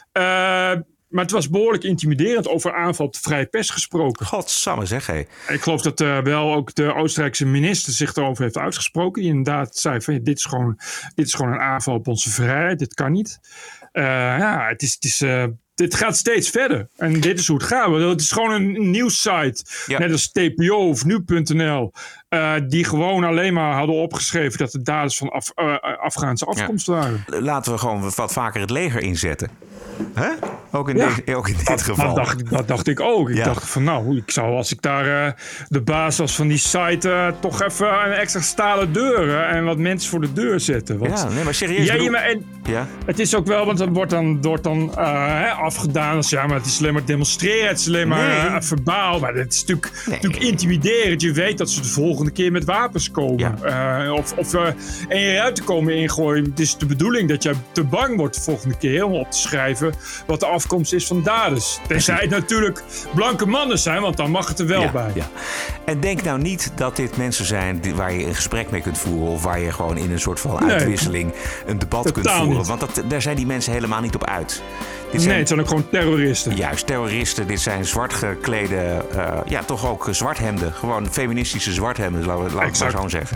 Uh, Maar het was behoorlijk intimiderend, over aanval op de vrije pers gesproken. Godsamme zeg, hé. Ik geloof dat uh, wel ook de Oostenrijkse minister zich daarover heeft uitgesproken. Die inderdaad zei van ja, dit is gewoon, dit is gewoon een aanval op onze vrijheid. Dit kan niet. Uh, ja, het is... Het is uh, Dit gaat steeds verder. En dit is hoe het gaat. Het is gewoon een nieuwssite. Ja. Net als T P O of nu punt n l. Uh, die gewoon alleen maar hadden opgeschreven dat de daders van Af, uh, Afghaanse afkomst ja. waren. Laten we gewoon wat vaker het leger inzetten. Hè? Ook in, ja. deze, ook in dit dat, geval. Dat dacht, dat dacht ik ook. Ik ja. dacht van nou, ik zou als ik daar uh, de baas was van die site... Uh, toch even een extra stalen deuren en wat mensen voor de deur zetten. Want, ja, nee, maar serieus. Ja, bedoel... maar en, ja. Het is ook wel, want het wordt dan, wordt dan uh, afgedaan als ja, maar het is alleen maar demonstreren. Het is alleen maar nee. uh, verbaal. Maar het is natuurlijk, nee. natuurlijk intimiderend. Je weet dat ze de volgende keer met wapens komen. Ja. Uh, of of uh, en je uit te komen ingooien. Het is de bedoeling dat je te bang wordt de volgende keer om op te schrijven wat de afkomst is van daders. Tenzij het natuurlijk blanke mannen zijn, want dan mag het er wel ja, bij. Ja. En denk nou niet dat dit mensen zijn die, waar je een gesprek mee kunt voeren of waar je gewoon in een soort van uitwisseling nee, een debat kunt voeren. Niet. Want dat, daar zijn die mensen helemaal niet op uit. Dit zijn, nee, het zijn ook gewoon terroristen. Juist, terroristen. Dit zijn zwart geklede, uh, ja, toch ook zwarthemden. Gewoon feministische zwarthemden, laten we het maar zo zeggen.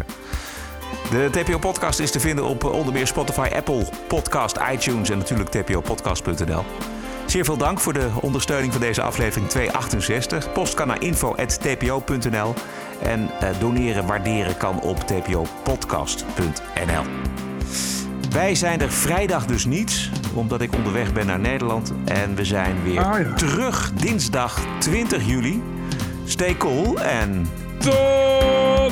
De T P O-podcast is te vinden op onder meer Spotify, Apple Podcast, iTunes en natuurlijk t p o podcast punt n l. Zeer veel dank voor de ondersteuning van deze aflevering tweehonderdachtenzestig. Post kan naar info at t p o punt n l en uh, doneren, waarderen kan op t p o podcast punt n l. Wij zijn er vrijdag dus niet, omdat ik onderweg ben naar Nederland. En we zijn weer ah, ja. terug dinsdag twintig juli. Stay cool en... Tot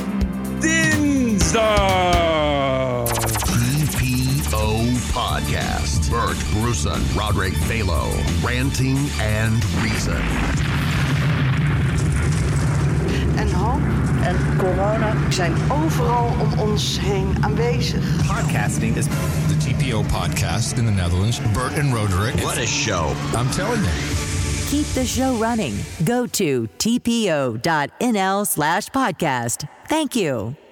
dinsdag! T P O Podcast. Bert Brussen, Roderick Balo. Ranting and Reason. En hoop en corona zijn overal om ons heen aanwezig. Podcasting is the T P O podcast in the Netherlands. Bert and Roderick. What a show. I'm telling you. Keep the show running. Go to t p o dot n l slash podcast. Thank you.